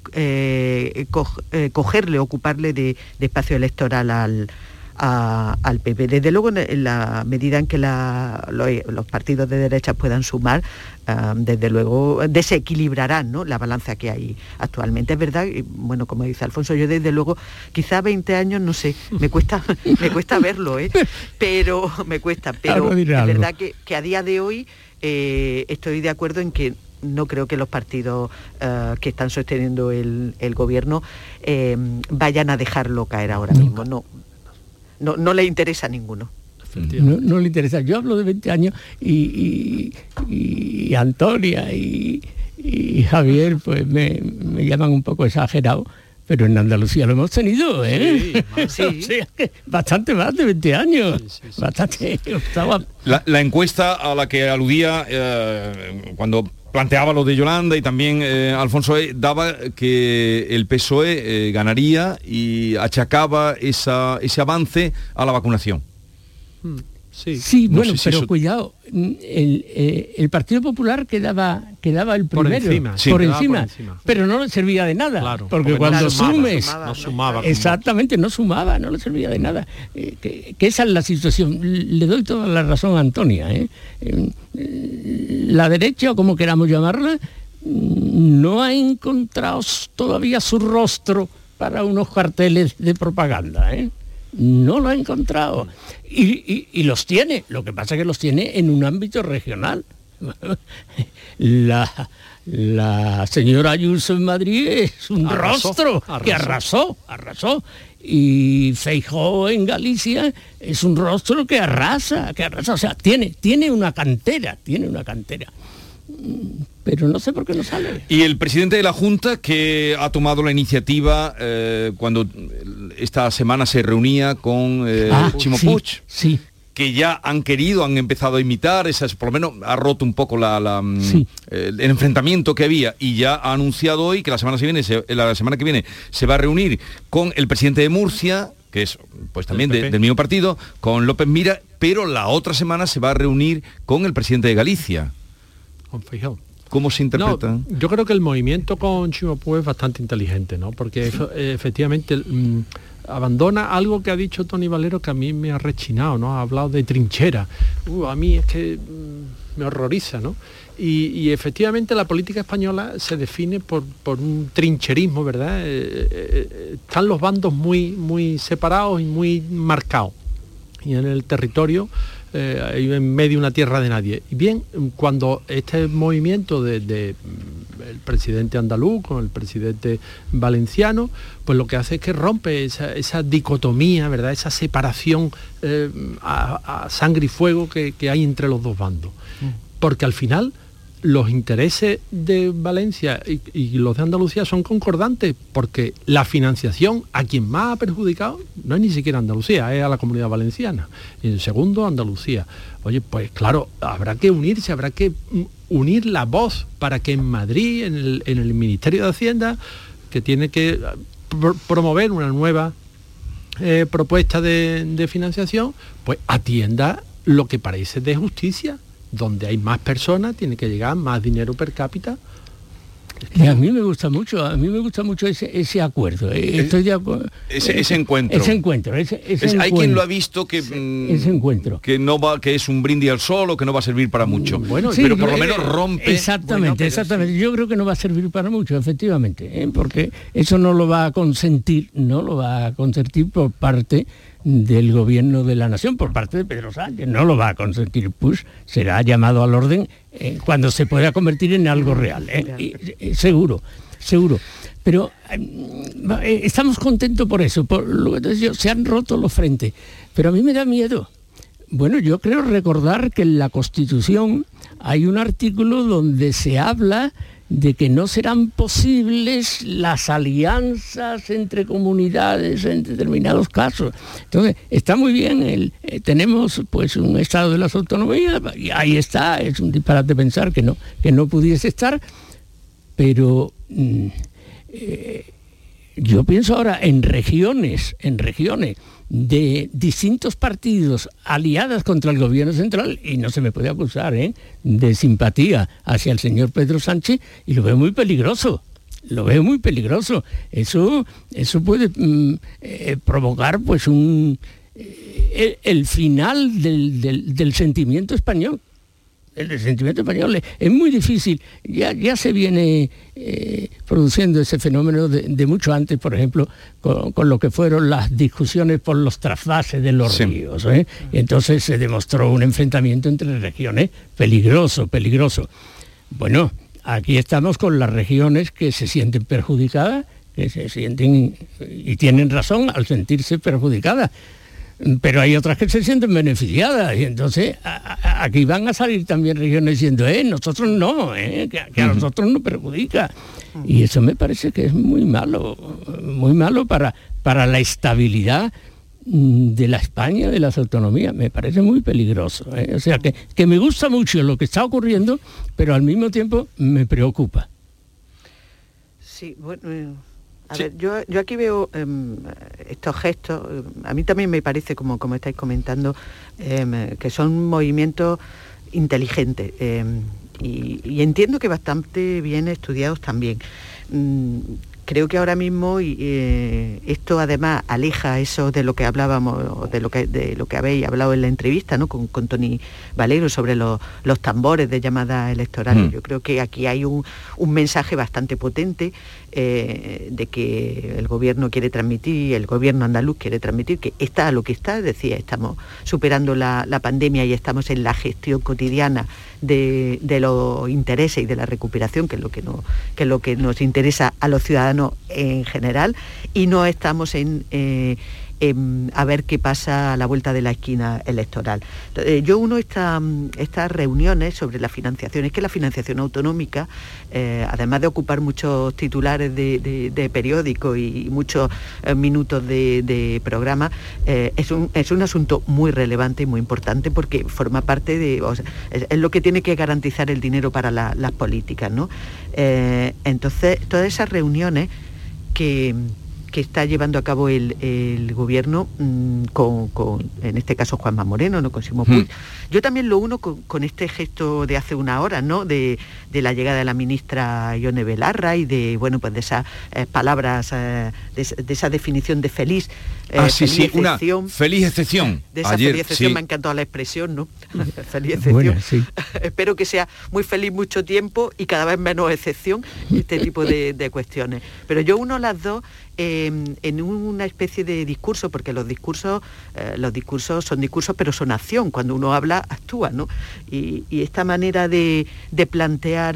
ocuparle de espacio electoral al PP. Desde luego, en la medida en que los partidos de derecha puedan sumar, desde luego desequilibrarán, ¿no?, la balanza que hay actualmente. Es verdad, y, como dice Alfonso, yo desde luego, quizá 20 años, no sé, me cuesta verlo, pero me cuesta. Pero es verdad que a día de hoy estoy de acuerdo en que no creo que los partidos que están sosteniendo el gobierno vayan a dejarlo caer ahora mismo. No le interesa a ninguno. No le interesa. Yo hablo de 20 años y Antonia y Javier pues me llaman un poco exagerado, pero en Andalucía lo hemos tenido, ¿eh? Sí. O sea, bastante más de 20 años. Sí. Bastante. La encuesta a la que aludía cuando planteaba lo de Yolanda y también Alfonso daba que el PSOE ganaría y achacaba ese avance a la vacunación. Sí, no bueno, pero cuidado, el Partido Popular quedaba el primero, por encima, pero no le servía de nada, claro, porque cuando no sumaba. Exactamente, no sumaba, no le servía de nada. Que esa es la situación. Le doy toda la razón a Antonia. La derecha, o como queramos llamarla, no ha encontrado todavía su rostro para unos carteles de propaganda, No lo ha encontrado. Y los tiene. Lo que pasa es que los tiene en un ámbito regional. La señora Ayuso en Madrid es un rostro que arrasó. Y Feijóo en Galicia es un rostro que arrasa. O sea, tiene una cantera. Pero no sé por qué no sale. Y el presidente de la Junta, que ha tomado la iniciativa cuando esta semana se reunía con Chimo Puig, que ya han empezado a imitar, por lo menos ha roto un poco el enfrentamiento que había, y ya ha anunciado hoy que la semana que viene se va a reunir con el presidente de Murcia, que es pues también del mismo partido, con López Mira, pero la otra semana se va a reunir con el presidente de Galicia. Con Feijóo. ¿Cómo se interpreta? Yo creo que el movimiento con Chimo Puig es bastante inteligente, ¿no? Porque efectivamente abandona algo que ha dicho Tony Valero que a mí me ha rechinado, ¿no? Ha hablado de trinchera. A mí es que me horroriza, ¿no? Y efectivamente la política española se define por un trincherismo, ¿verdad? Están los bandos muy separados y muy marcados. Y en el territorio en medio de una tierra de nadie. Y bien, cuando este movimiento del presidente andaluz con el presidente valenciano, pues lo que hace es que rompe esa dicotomía, ¿verdad? Esa separación a sangre y fuego que hay entre los dos bandos. Porque al final los intereses de Valencia y los de Andalucía son concordantes, porque la financiación a quien más ha perjudicado no es ni siquiera Andalucía, es a la Comunidad Valenciana. Y en segundo, Andalucía. Oye, pues claro, habrá que unirse, habrá que unir la voz para que en Madrid, en el Ministerio de Hacienda, que tiene que promover una nueva propuesta de financiación, pues atienda lo que parece de justicia. Donde hay más personas tiene que llegar más dinero per cápita. Y a mí me gusta mucho, ese acuerdo. Estoy de acuerdo. Ese encuentro. Hay quien lo ha visto que ese encuentro. Que no va, que es un brindis al sol o que no va a servir para mucho. Bueno, pero por lo menos rompe. Exactamente. Yo creo que no va a servir para mucho, efectivamente, porque eso no lo va a consentir por parte del gobierno de la nación, por parte de Pedro Sánchez. No lo va a consentir. Push será llamado al orden cuando se pueda convertir en algo real. Seguro. Pero estamos contentos por eso, por lo que te decía, se han roto los frentes. Pero a mí me da miedo. Bueno, yo creo recordar que en la Constitución hay un artículo donde se habla de que no serán posibles las alianzas entre comunidades en determinados casos. Entonces, está muy bien, tenemos pues un estado de las autonomías, y ahí está, es un disparate pensar que no pudiese estar, pero yo pienso ahora en regiones de distintos partidos aliadas contra el gobierno central, y no se me puede acusar de simpatía hacia el señor Pedro Sánchez, y lo veo muy peligroso. Eso puede provocar pues el final del sentimiento español. El sentimiento español es muy difícil, ya se viene produciendo ese fenómeno de mucho antes, por ejemplo, con lo que fueron las discusiones por los trasvases de los ríos. Y entonces se demostró un enfrentamiento entre regiones peligroso. Bueno, aquí estamos con las regiones que se sienten perjudicadas, y tienen razón al sentirse perjudicadas. Pero hay otras que se sienten beneficiadas, y entonces aquí van a salir también regiones diciendo, nosotros no, que a nosotros nos perjudica. Y eso me parece que es muy malo para la estabilidad de la España, de las autonomías. Me parece muy peligroso. O sea, que me gusta mucho lo que está ocurriendo, pero al mismo tiempo me preocupa. Sí, bueno... A ver, yo aquí veo estos gestos, a mí también me parece, como estáis comentando, que son movimientos inteligentes y entiendo que bastante bien estudiados también. Creo que ahora mismo esto además aleja eso de lo que hablábamos, de lo que habéis hablado en la entrevista, ¿no? con Tony Valero sobre los tambores de llamadas electorales. Yo creo que aquí hay un mensaje bastante potente de que el gobierno quiere transmitir, el gobierno andaluz quiere transmitir que está a lo que está, decía, estamos superando la pandemia y estamos en la gestión cotidiana de los intereses y de la recuperación, que es lo que nos interesa a los ciudadanos en general, y no estamos en a ver qué pasa a la vuelta de la esquina electoral. Yo uno estas reuniones sobre la financiación, es que la financiación autonómica, además de ocupar muchos titulares de periódicos y muchos minutos de programa, es un asunto muy relevante y muy importante, porque forma parte es lo que tiene que garantizar el dinero para las políticas, ¿no? Entonces, todas esas reuniones que está llevando a cabo el gobierno con en este caso Juanma Moreno, no con Ximo Puig. Yo también lo uno con este gesto de hace una hora, ¿no? De la llegada de la ministra Ione Belarra y de esas palabras, de esa definición de feliz excepción. Una feliz excepción. De esa feliz excepción me ha encantado la expresión, ¿no? Feliz excepción. Bueno, sí. Espero que sea muy feliz mucho tiempo y cada vez menos excepción, este tipo de cuestiones. Pero yo uno las dos en una especie de discurso, porque los discursos son discursos, pero son acción. Cuando uno habla, actúa, ¿no? Y esta manera de plantear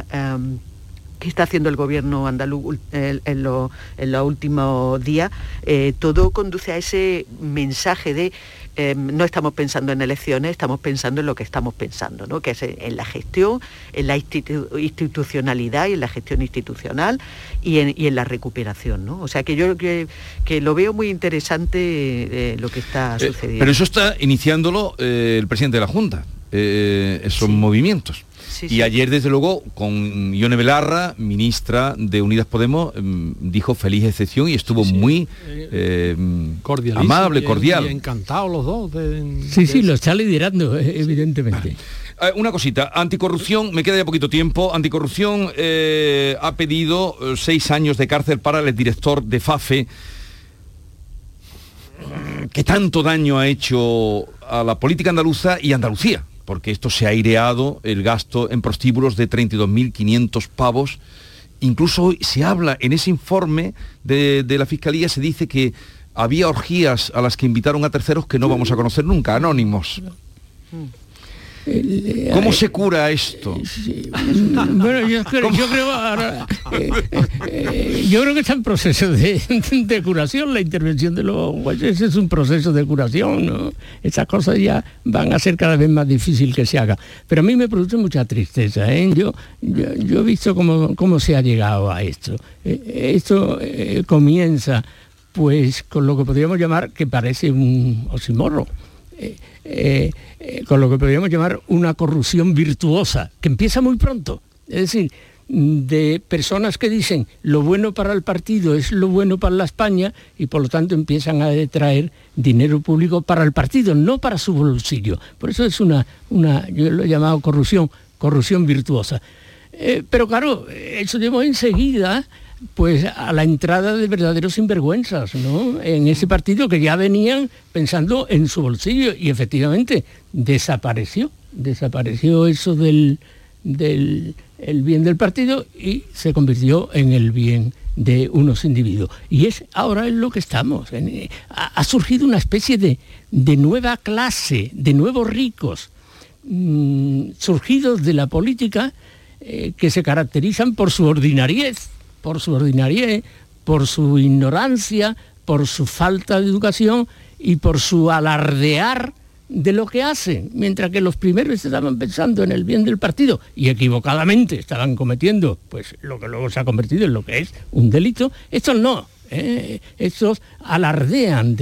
qué está haciendo el gobierno andaluz en los últimos días, todo conduce a ese mensaje de no estamos pensando en elecciones, estamos pensando en lo que estamos pensando, ¿no? Que es en la gestión, en la institucionalidad y en la gestión institucional y en la recuperación, ¿no? O sea que yo que lo veo muy interesante lo que está sucediendo. Pero eso está iniciándolo el presidente de la Junta, esos movimientos. Y ayer, desde luego, con Ione Belarra, ministra de Unidas Podemos, dijo feliz excepción y estuvo muy amable, cordial. Y encantados los dos. Sí, lo está liderando, evidentemente. Una cosita, anticorrupción, me queda ya poquito tiempo. Anticorrupción ha pedido 6 años de cárcel para el director de FAFE, que tanto daño ha hecho a la política andaluza y Andalucía, porque esto se ha aireado el gasto en prostíbulos de 32.500 pavos. Incluso hoy se habla en ese informe de la Fiscalía, se dice que había orgías a las que invitaron a terceros que no vamos a conocer nunca, anónimos. ¿Cómo se cura esto? Bueno, yo creo que está en proceso de curación. La intervención de los jueces es un proceso de curación, ¿no? Estas cosas ya van a ser cada vez más difícil que se haga. Pero a mí me produce mucha tristeza, ¿eh? Yo he visto cómo se ha llegado a esto. Esto comienza pues con lo que podríamos llamar, que parece un oxímoron, con lo que podríamos llamar una corrupción virtuosa, que empieza muy pronto. Es decir, de personas que dicen lo bueno para el partido es lo bueno para la España y por lo tanto empiezan a detraer dinero público para el partido, no para su bolsillo. Por eso es una yo lo he llamado corrupción virtuosa. Pero claro, eso llevó enseguida pues a la entrada de verdaderos sinvergüenzas, ¿no? En ese partido que ya venían pensando en su bolsillo y efectivamente desapareció eso del bien del partido y se convirtió en el bien de unos individuos. Y ahora es lo que estamos. Ha surgido una especie de nueva clase, de nuevos ricos, surgidos de la política, que se caracterizan por su ordinariez, por su ignorancia, por su falta de educación y por su alardear de lo que hacen, mientras que los primeros estaban pensando en el bien del partido y equivocadamente estaban cometiendo pues lo que luego se ha convertido en lo que es un delito. Estos no, estos alardean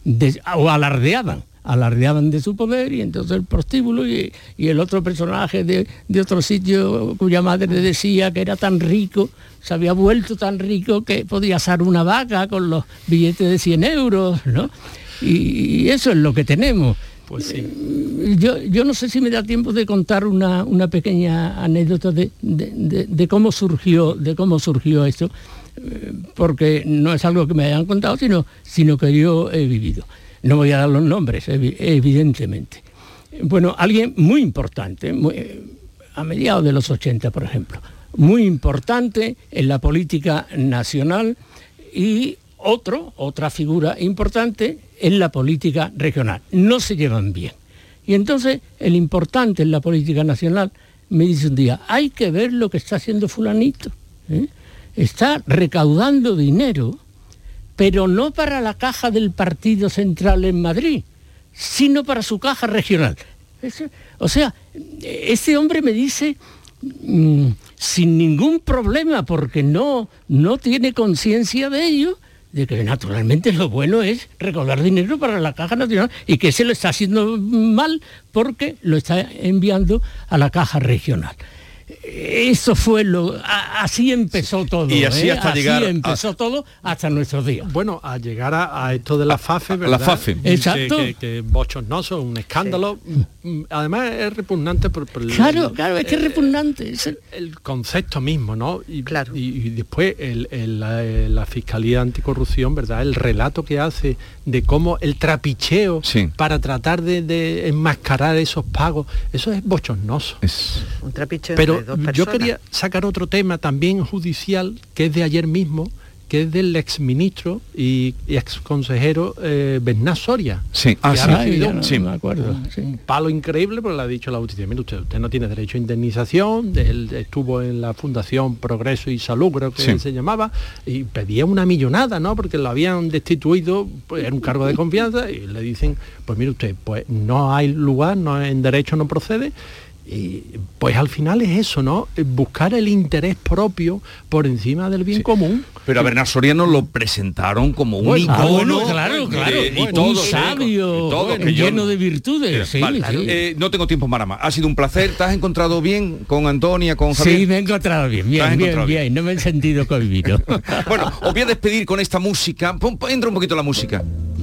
alardeaban de su poder y entonces el prostíbulo y el otro personaje de otro sitio cuya madre decía que era tan rico, se había vuelto tan rico que podía asar una vaca con los billetes de 100 euros, ¿no? Y eso es lo que tenemos. Pues sí. Yo no sé si me da tiempo de contar una pequeña anécdota de cómo surgió esto, porque no es algo que me hayan contado, sino que yo he vivido. No voy a dar los nombres, evidentemente. Bueno, alguien muy importante, a mediados de los 80, por ejemplo, muy importante en la política nacional y otra figura importante en la política regional. No se llevan bien. Y entonces el importante en la política nacional me dice un día, hay que ver lo que está haciendo fulanito. Está recaudando dinero, pero no para la caja del Partido Central en Madrid, sino para su caja regional. O sea, ese hombre me dice sin ningún problema, porque no tiene conciencia de ello, de que naturalmente lo bueno es recaudar dinero para la caja nacional y que se lo está haciendo mal porque lo está enviando a la caja regional. Eso fue así empezó todo. Y así hasta llegar empezó todo hasta nuestros días. Bueno, a llegar a esto de la FAFE, ¿verdad? La FAFE. Exacto. Que bochornoso, un escándalo. Sí. Además es repugnante por claro, es que es repugnante. El concepto mismo, ¿no? Claro. Y después la Fiscalía Anticorrupción, ¿verdad? El relato que hace de cómo el trapicheo para tratar de enmascarar esos pagos, eso es bochornoso. Un trapicheo. Pero yo quería sacar otro tema también judicial, que es de ayer mismo, que es del exministro y exconsejero Bernat Soria. Sí, que ha recibido no me acuerdo. un palo increíble, porque le ha dicho la justicia, mire, usted no tiene derecho a indemnización, él estuvo en la Fundación Progreso y Salud, creo que se llamaba, y pedía una millonada, ¿no? Porque lo habían destituido, pues era un cargo de confianza, y le dicen, pues mire usted, pues no hay lugar, no en derecho no procede. Y pues al final es eso, ¿no? Buscar el interés propio por encima del bien común. Pero a Bernat Soriano lo presentaron como un icono, claro, y todo, un sabio, lleno de virtudes. No tengo tiempo para más. Ha sido un placer. ¿Te has encontrado bien con Antonia, con Javier? Sí, me he encontrado bien. No me he sentido cohibido. Bueno, os voy a despedir con esta música. Entra un poquito la música.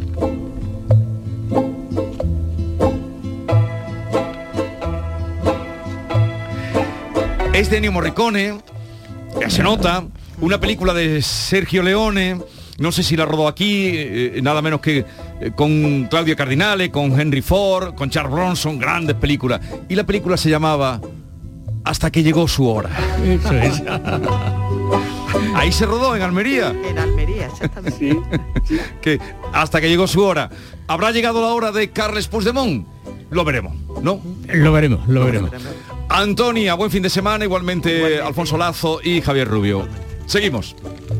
Es de Ennio Morricone, ya se nota, una película de Sergio Leone, no sé si la rodó aquí, nada menos que con Claudia Cardinale, con Henry Ford, con Charles Bronson, grandes películas. Y la película se llamaba Hasta que llegó su hora. Eso es. Ahí se rodó, en Almería. En Almería, exactamente. Sí. Que hasta que llegó su hora. ¿Habrá llegado la hora de Carles Puigdemont? Lo veremos, ¿no? Lo veremos. Antonia, buen fin de semana, igualmente Alfonso Lazo y Javier Rubio. Seguimos.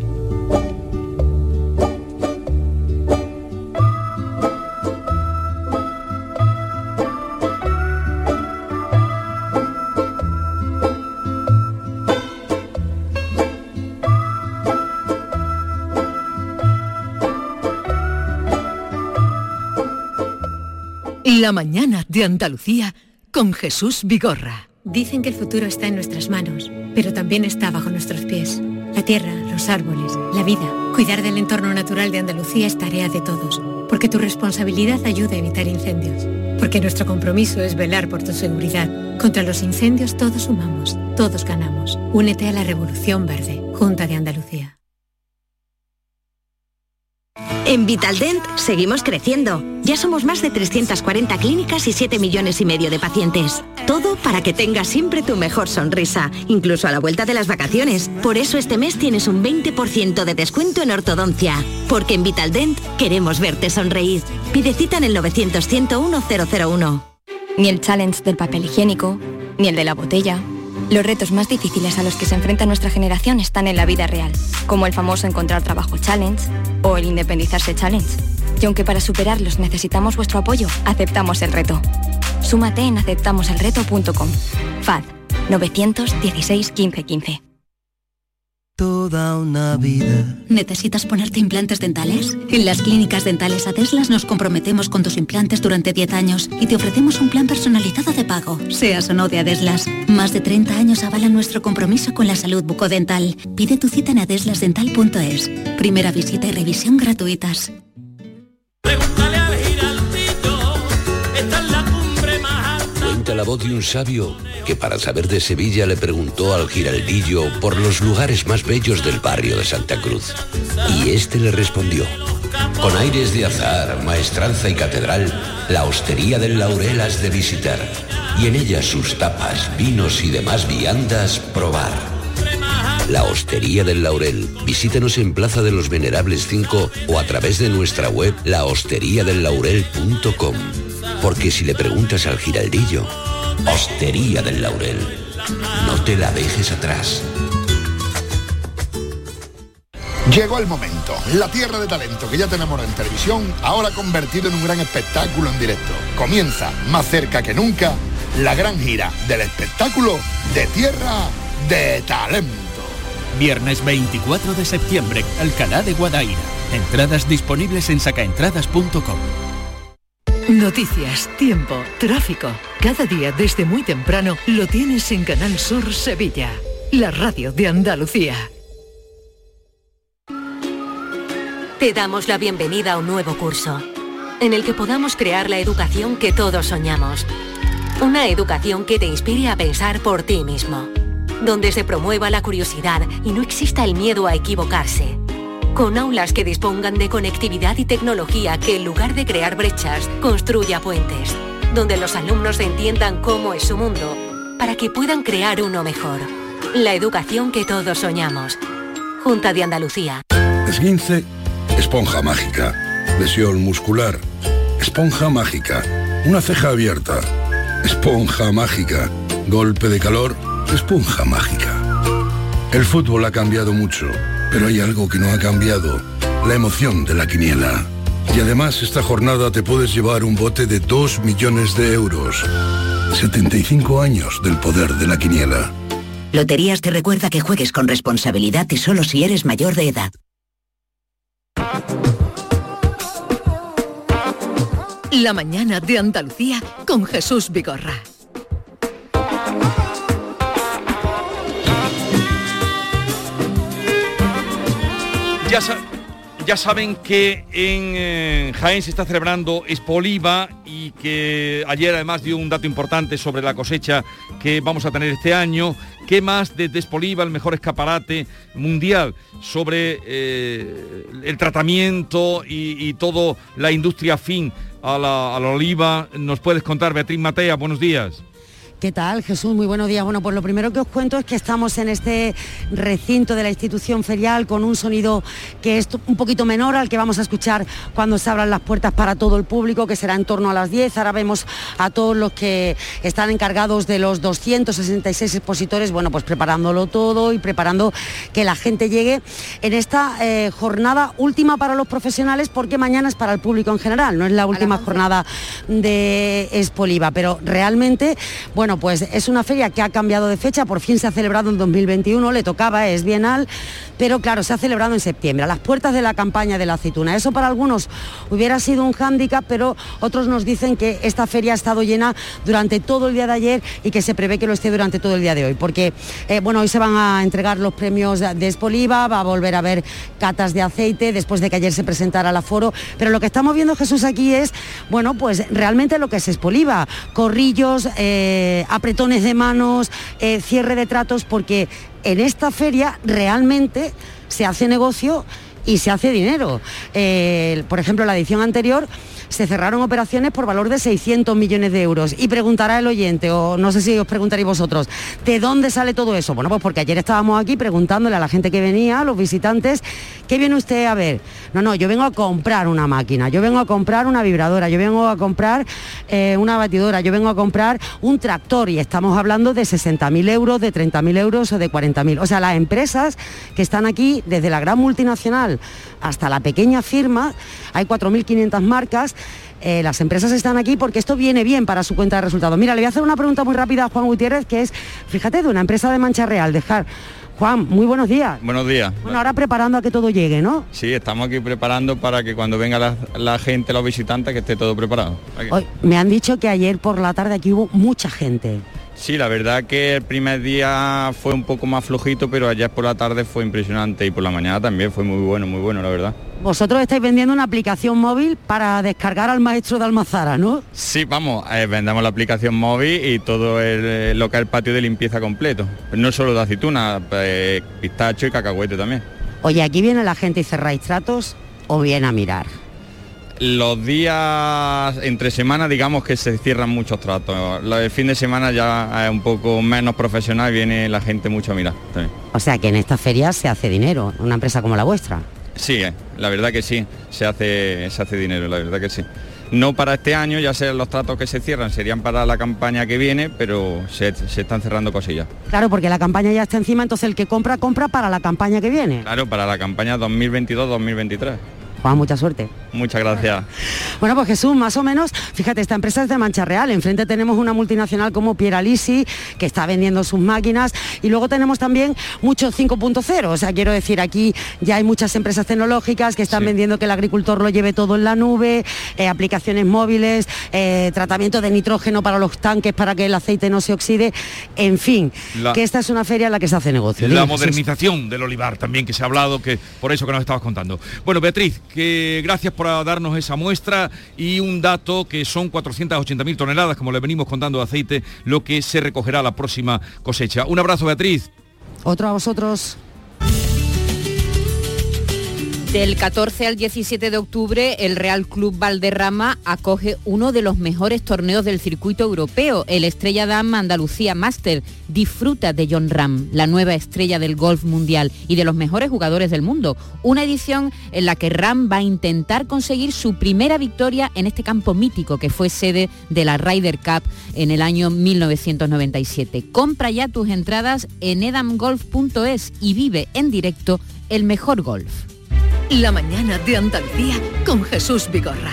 La mañana de Andalucía con Jesús Vigorra. Dicen que el futuro está en nuestras manos, pero también está bajo nuestros pies. La tierra, los árboles, la vida. Cuidar del entorno natural de Andalucía es tarea de todos, porque tu responsabilidad ayuda a evitar incendios. Porque nuestro compromiso es velar por tu seguridad. Contra los incendios todos sumamos, todos ganamos. Únete a la Revolución Verde, Junta de Andalucía. En Vitaldent seguimos creciendo. Ya somos más de 340 clínicas y 7 millones y medio de pacientes. Todo para que tengas siempre tu mejor sonrisa, incluso a la vuelta de las vacaciones. Por eso este mes tienes un 20% de descuento en ortodoncia. Porque en Vitaldent queremos verte sonreír. Pide cita en el 900-101-001. Ni el challenge del papel higiénico, ni el de la botella. Los retos más difíciles a los que se enfrenta nuestra generación están en la vida real, como el famoso encontrar trabajo challenge o el independizarse challenge. Y aunque para superarlos necesitamos vuestro apoyo, aceptamos el reto. Súmate en aceptamoselreto.com. FAD 916 15 15. Toda una vida. ¿Necesitas ponerte implantes dentales? En las clínicas dentales Adeslas nos comprometemos con tus implantes durante 10 años y te ofrecemos un plan personalizado de pago, seas o no de Adeslas. Más de 30 años avalan nuestro compromiso con la salud bucodental. Pide tu cita en adeslasdental.es. Primera visita y revisión gratuitas. Cuenta la voz de un sabio que para saber de Sevilla le preguntó al giraldillo por los lugares más bellos del barrio de Santa Cruz. Y este le respondió: con aires de azar, maestranza y catedral, la hostería del Laurel has de visitar, y en ella sus tapas, vinos y demás viandas probar. La Hostería del Laurel. Visítanos en Plaza de los Venerables 5 o a través de nuestra web lahosteriadellaurel.com. Porque si le preguntas al giraldillo, Hostería del Laurel, no te la dejes atrás. Llegó el momento, la tierra de talento que ya tenemos en televisión, ahora convertido en un gran espectáculo en directo. Comienza, más cerca que nunca, la gran gira del espectáculo de Tierra de Talento. Viernes 24 de septiembre, Alcalá de Guadaira. Entradas disponibles en sacaentradas.com. Noticias, tiempo, tráfico. Cada día desde muy temprano lo tienes en Canal Sur Sevilla, la radio de Andalucía. Te damos la bienvenida a un nuevo curso, en el que podamos crear la educación que todos soñamos. Una educación que te inspire a pensar por ti mismo, donde se promueva la curiosidad y no exista el miedo a equivocarse. Con aulas que dispongan de conectividad y tecnología que en lugar de crear brechas, construya puentes, donde los alumnos entiendan cómo es su mundo, para que puedan crear uno mejor. La educación que todos soñamos. Junta de Andalucía. Esguince, esponja mágica. Lesión muscular, esponja mágica. Una ceja abierta, esponja mágica. Golpe de calor, esponja mágica. El fútbol ha cambiado mucho, pero hay algo que no ha cambiado: la emoción de la quiniela. Y además esta jornada te puedes llevar un bote de 2 millones de euros. 75 años del poder de la quiniela. Loterías te recuerda que juegues con responsabilidad y solo si eres mayor de edad. La mañana de Andalucía con Jesús Vigorra. Ya saben que en Jaén se está celebrando Expoliva y que ayer además dio un dato importante sobre la cosecha que vamos a tener este año. ¿Qué más desde Expoliva, el mejor escaparate mundial sobre el tratamiento y toda la industria afín a la oliva? ¿Nos puedes contar, Beatriz Matea? Buenos días. ¿Qué tal, Jesús? Muy buenos días. Bueno, pues lo primero que os cuento es que estamos en este recinto de la institución ferial con un sonido que es un poquito menor al que vamos a escuchar cuando se abran las puertas para todo el público, que será en torno a las 10. Ahora vemos a todos los que están encargados de los 266 expositores, bueno, pues preparándolo todo y preparando que la gente llegue en esta jornada última para los profesionales, porque mañana es para el público en general, no es la última jornada de Expoliva, pero realmente, bueno, pues es una feria que ha cambiado de fecha, por fin se ha celebrado en 2021, le tocaba, es bienal, pero claro, se ha celebrado en septiembre, a las puertas de la campaña de la aceituna. Eso para algunos hubiera sido un hándicap, pero otros nos dicen que esta feria ha estado llena durante todo el día de ayer y que se prevé que lo esté durante todo el día de hoy, porque bueno, hoy se van a entregar los premios de Expoliva, va a volver a haber catas de aceite después de que ayer se presentara el aforo, pero lo que estamos viendo, Jesús, aquí es, bueno, pues realmente lo que es Expoliva, corrillos, apretones de manos, cierre de tratos, porque en esta feria realmente se hace negocio y se hace dinero. Por ejemplo, la edición anterior se cerraron operaciones por valor de 600 millones de euros. Y preguntará el oyente, o no sé si os preguntaréis vosotros, ¿de dónde sale todo eso? Bueno, pues porque ayer estábamos aquí preguntándole a la gente que venía, a los visitantes, ¿qué viene usted a ver? No, yo vengo a comprar una máquina, yo vengo a comprar una vibradora, yo vengo a comprar una batidora, yo vengo a comprar un tractor, y estamos hablando de 60.000 euros, de 30.000 euros o de 40.000. O sea, las empresas que están aquí, desde la gran multinacional hasta la pequeña firma, hay 4.500 marcas. Las empresas están aquí porque esto viene bien para su cuenta de resultados. Mira, le voy a hacer una pregunta muy rápida a Juan Gutiérrez, que es, fíjate, de una empresa de Mancha Real, de Jar. Juan, muy buenos días. Buenos días. Bueno, ahora preparando a que todo llegue, ¿no? Sí, estamos aquí preparando para que cuando venga la gente, los visitantes, que esté todo preparado. Hoy, me han dicho que ayer por la tarde aquí hubo mucha gente. Sí, la verdad que el primer día fue un poco más flojito, pero ayer por la tarde fue impresionante y por la mañana también fue muy bueno, la verdad. Vosotros estáis vendiendo una aplicación móvil para descargar al maestro de Almazara, ¿no? Sí, vamos, vendemos la aplicación móvil y todo lo que es el patio de limpieza completo. No solo de aceituna, pistacho y cacahuete también. Oye, ¿aquí viene la gente y cerráis tratos o viene a mirar? Los días entre semana, digamos que se cierran muchos tratos. El fin de semana ya es un poco menos profesional, viene la gente mucho a mirar también. O sea que en estas ferias se hace dinero, una empresa como la vuestra. Sí, la verdad que sí, se hace dinero, la verdad que sí. No para este año, ya sean los tratos que se cierran, serían para la campaña que viene, pero se están cerrando cosillas. Claro, porque la campaña ya está encima, entonces el que compra para la campaña que viene. Claro, para la campaña 2022-2023. Juan, mucha suerte. Muchas gracias. Bueno, pues Jesús, más o menos, fíjate, esta empresa es de Mancha Real, enfrente tenemos una multinacional como Pieralisi, que está vendiendo sus máquinas, y luego tenemos también muchos 5.0, o sea, quiero decir, aquí ya hay muchas empresas tecnológicas que están vendiendo que el agricultor lo lleve todo en la nube, aplicaciones móviles, tratamiento de nitrógeno para los tanques para que el aceite no se oxide, en fin, que esta es una feria en la que se hace negocio. La modernización del olivar también, que se ha hablado, que por eso que nos estabas contando. Bueno, Beatriz, que gracias por darnos esa muestra y un dato que son 480.000 toneladas, como le venimos contando, de aceite, lo que se recogerá la próxima cosecha. Un abrazo, Beatriz. Otro a vosotros. Del 14 al 17 de octubre, el Real Club Valderrama acoge uno de los mejores torneos del circuito europeo, el Estrella Damm Andalucía Master. Disfruta de Jon Rahm, la nueva estrella del golf mundial y de los mejores jugadores del mundo. Una edición en la que Rahm va a intentar conseguir su primera victoria en este campo mítico que fue sede de la Ryder Cup en el año 1997. Compra ya tus entradas en edamgolf.es y vive en directo el mejor golf. La mañana de Andalucía con Jesús Vigorra.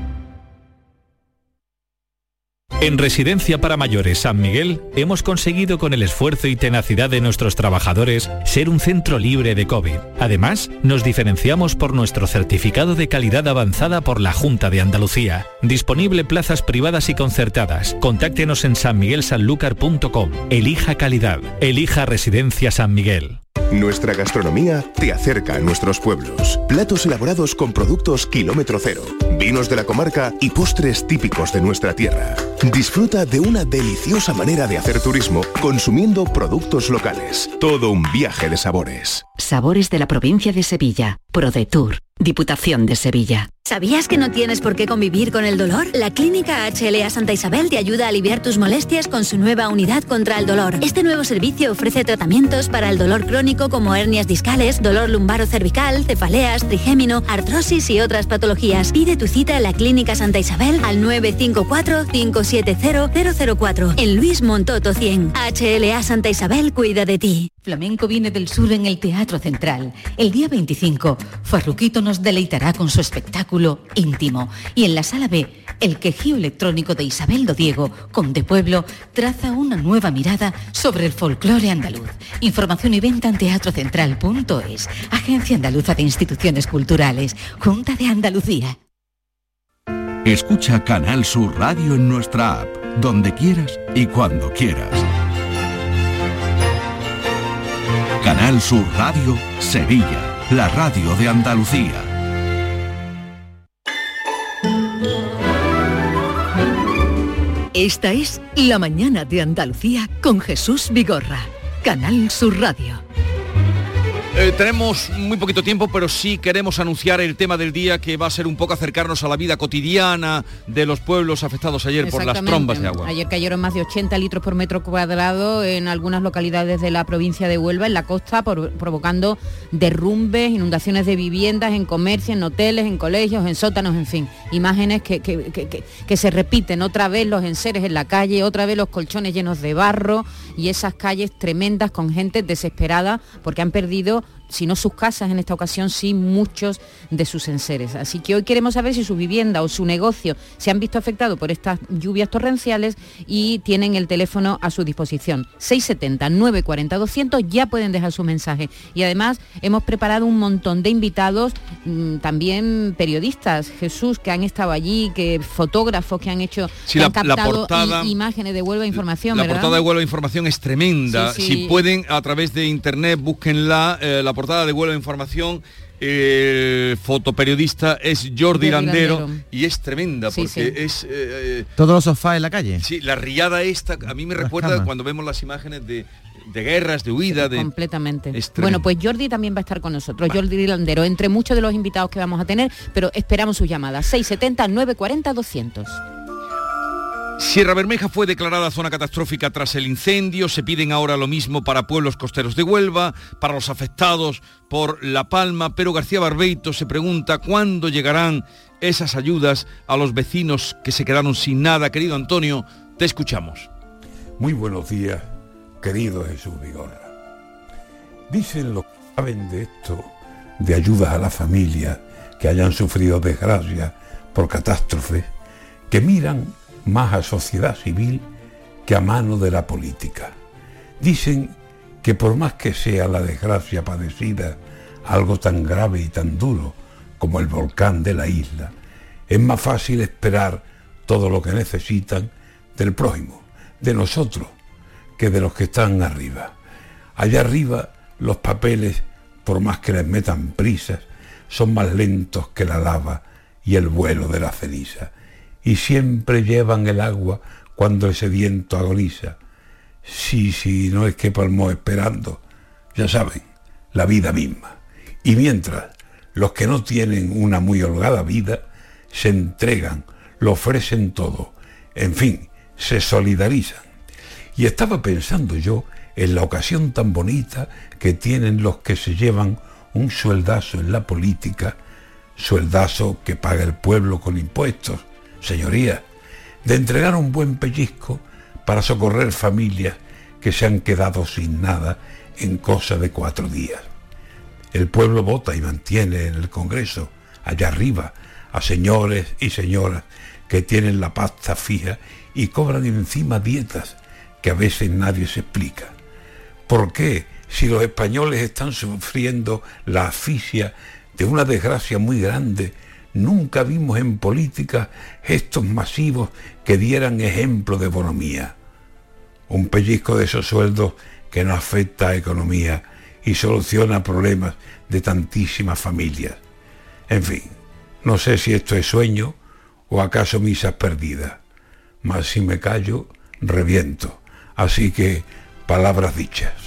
En Residencia para Mayores San Miguel hemos conseguido, con el esfuerzo y tenacidad de nuestros trabajadores, ser un centro libre de COVID. Además, nos diferenciamos por nuestro certificado de calidad avanzada por la Junta de Andalucía. Disponible plazas privadas y concertadas. Contáctenos en sanmiguelsanlucar.com. Elija calidad. Elija Residencia San Miguel. Nuestra gastronomía te acerca a nuestros pueblos. Platos elaborados con productos kilómetro cero, vinos de la comarca y postres típicos de nuestra tierra. Disfruta de una deliciosa manera de hacer turismo consumiendo productos locales. Todo un viaje de sabores. Sabores de la provincia de Sevilla. ProDetour. Diputación de Sevilla. ¿Sabías que no tienes por qué convivir con el dolor? La Clínica HLA Santa Isabel te ayuda a aliviar tus molestias con su nueva unidad contra el dolor. Este nuevo servicio ofrece tratamientos para el dolor crónico como hernias discales, dolor lumbaro cervical, cefaleas, trigémino, artrosis y otras patologías. Pide tu cita en la Clínica Santa Isabel al 954-570-004 en Luis Montoto 100. HLA Santa Isabel cuida de ti. Flamenco viene del sur en el Teatro Central. El día 25, Farruquito nos deleitará con su espectáculo íntimo. Y en la Sala B, el quejío electrónico de Isabel Dodiego, Conde Pueblo, traza una nueva mirada sobre el folclore andaluz. Información y venta en teatrocentral.es. Agencia Andaluza de Instituciones Culturales. Junta de Andalucía. Escucha Canal Sur Radio en nuestra app, donde quieras y cuando quieras. Canal Sur Radio, Sevilla, la radio de Andalucía. Esta es La mañana de Andalucía con Jesús Vigorra. Canal Sur Radio. Tenemos muy poquito tiempo, pero sí queremos anunciar el tema del día, que va a ser un poco acercarnos a la vida cotidiana de los pueblos afectados ayer por las trombas de agua. Ayer cayeron más de 80 litros por metro cuadrado en algunas localidades de la provincia de Huelva, en la costa, provocando derrumbes, inundaciones de viviendas, en comercio, en hoteles, en colegios, en sótanos, en fin. Imágenes que se repiten otra vez, los enseres en la calle, otra vez los colchones llenos de barro y esas calles tremendas con gente desesperada porque han perdido, si no sus casas en esta ocasión, sí muchos de sus enseres. Así que hoy queremos saber si su vivienda o su negocio se han visto afectados por estas lluvias torrenciales y tienen el teléfono a su disposición. 670-940-200, ya pueden dejar su mensaje. Y además hemos preparado un montón de invitados, también periodistas, Jesús, que han estado allí, que fotógrafos que han hecho, sí, que han captado portada, imágenes de Huelva Información. La ¿verdad? portada de Huelva Información es tremenda. Sí, sí. Si pueden, a través de internet, búsquenla. La portada de Huelva Información, el fotoperiodista es Jordi Landero y es tremenda, sí, porque sí. Es... todos los sofás en la calle. Sí, la riada esta, a mí me recuerda cuando vemos las imágenes de guerras, de huida, de... Completamente. Bueno, pues Jordi también va a estar con nosotros, Jordi Landero, entre muchos de los invitados que vamos a tener, pero esperamos sus llamadas. 670-940-200. Sierra Bermeja fue declarada zona catastrófica tras el incendio. Se piden ahora lo mismo para pueblos costeros de Huelva, para los afectados por La Palma, pero García Barbeito se pregunta cuándo llegarán esas ayudas a los vecinos que se quedaron sin nada. Querido Antonio, te escuchamos. Muy buenos días, querido Jesús Vigorra. Dicen los que saben de esto, de ayudas a las familias que hayan sufrido desgracia por catástrofes, que miran más a sociedad civil que a mano de la política. Dicen que por más que sea la desgracia padecida algo tan grave y tan duro como el volcán de la isla, es más fácil esperar todo lo que necesitan del prójimo, de nosotros, que de los que están arriba. Allá arriba los papeles, por más que les metan prisas, son más lentos que la lava y el vuelo de la ceniza. Y siempre llevan el agua cuando ese viento agoniza. Sí, no es que palmó esperando, ya saben, la vida misma. Y mientras Los que no tienen una muy holgada vida se entregan, lo ofrecen todo, en fin, se solidarizan. Y estaba pensando yo en la ocasión tan bonita que tienen los que se llevan un sueldazo en la política, sueldazo que paga el pueblo con impuestos, señorías, de entregar un buen pellizco para socorrer familias que se han quedado sin nada en cosa de 4 días. El pueblo vota y mantiene en el Congreso, allá arriba, a señores y señoras que tienen la pasta fija y cobran encima dietas que a veces nadie se explica. ¿Por qué, si los españoles están sufriendo la asfixia de una desgracia muy grande, nunca vimos en política gestos masivos que dieran ejemplo de bonomía? Un pellizco de esos sueldos que no afecta a economía y soluciona problemas de tantísimas familias. En fin, no sé si esto es sueño o acaso misas perdidas, mas si me callo, reviento. Así que, palabras dichas.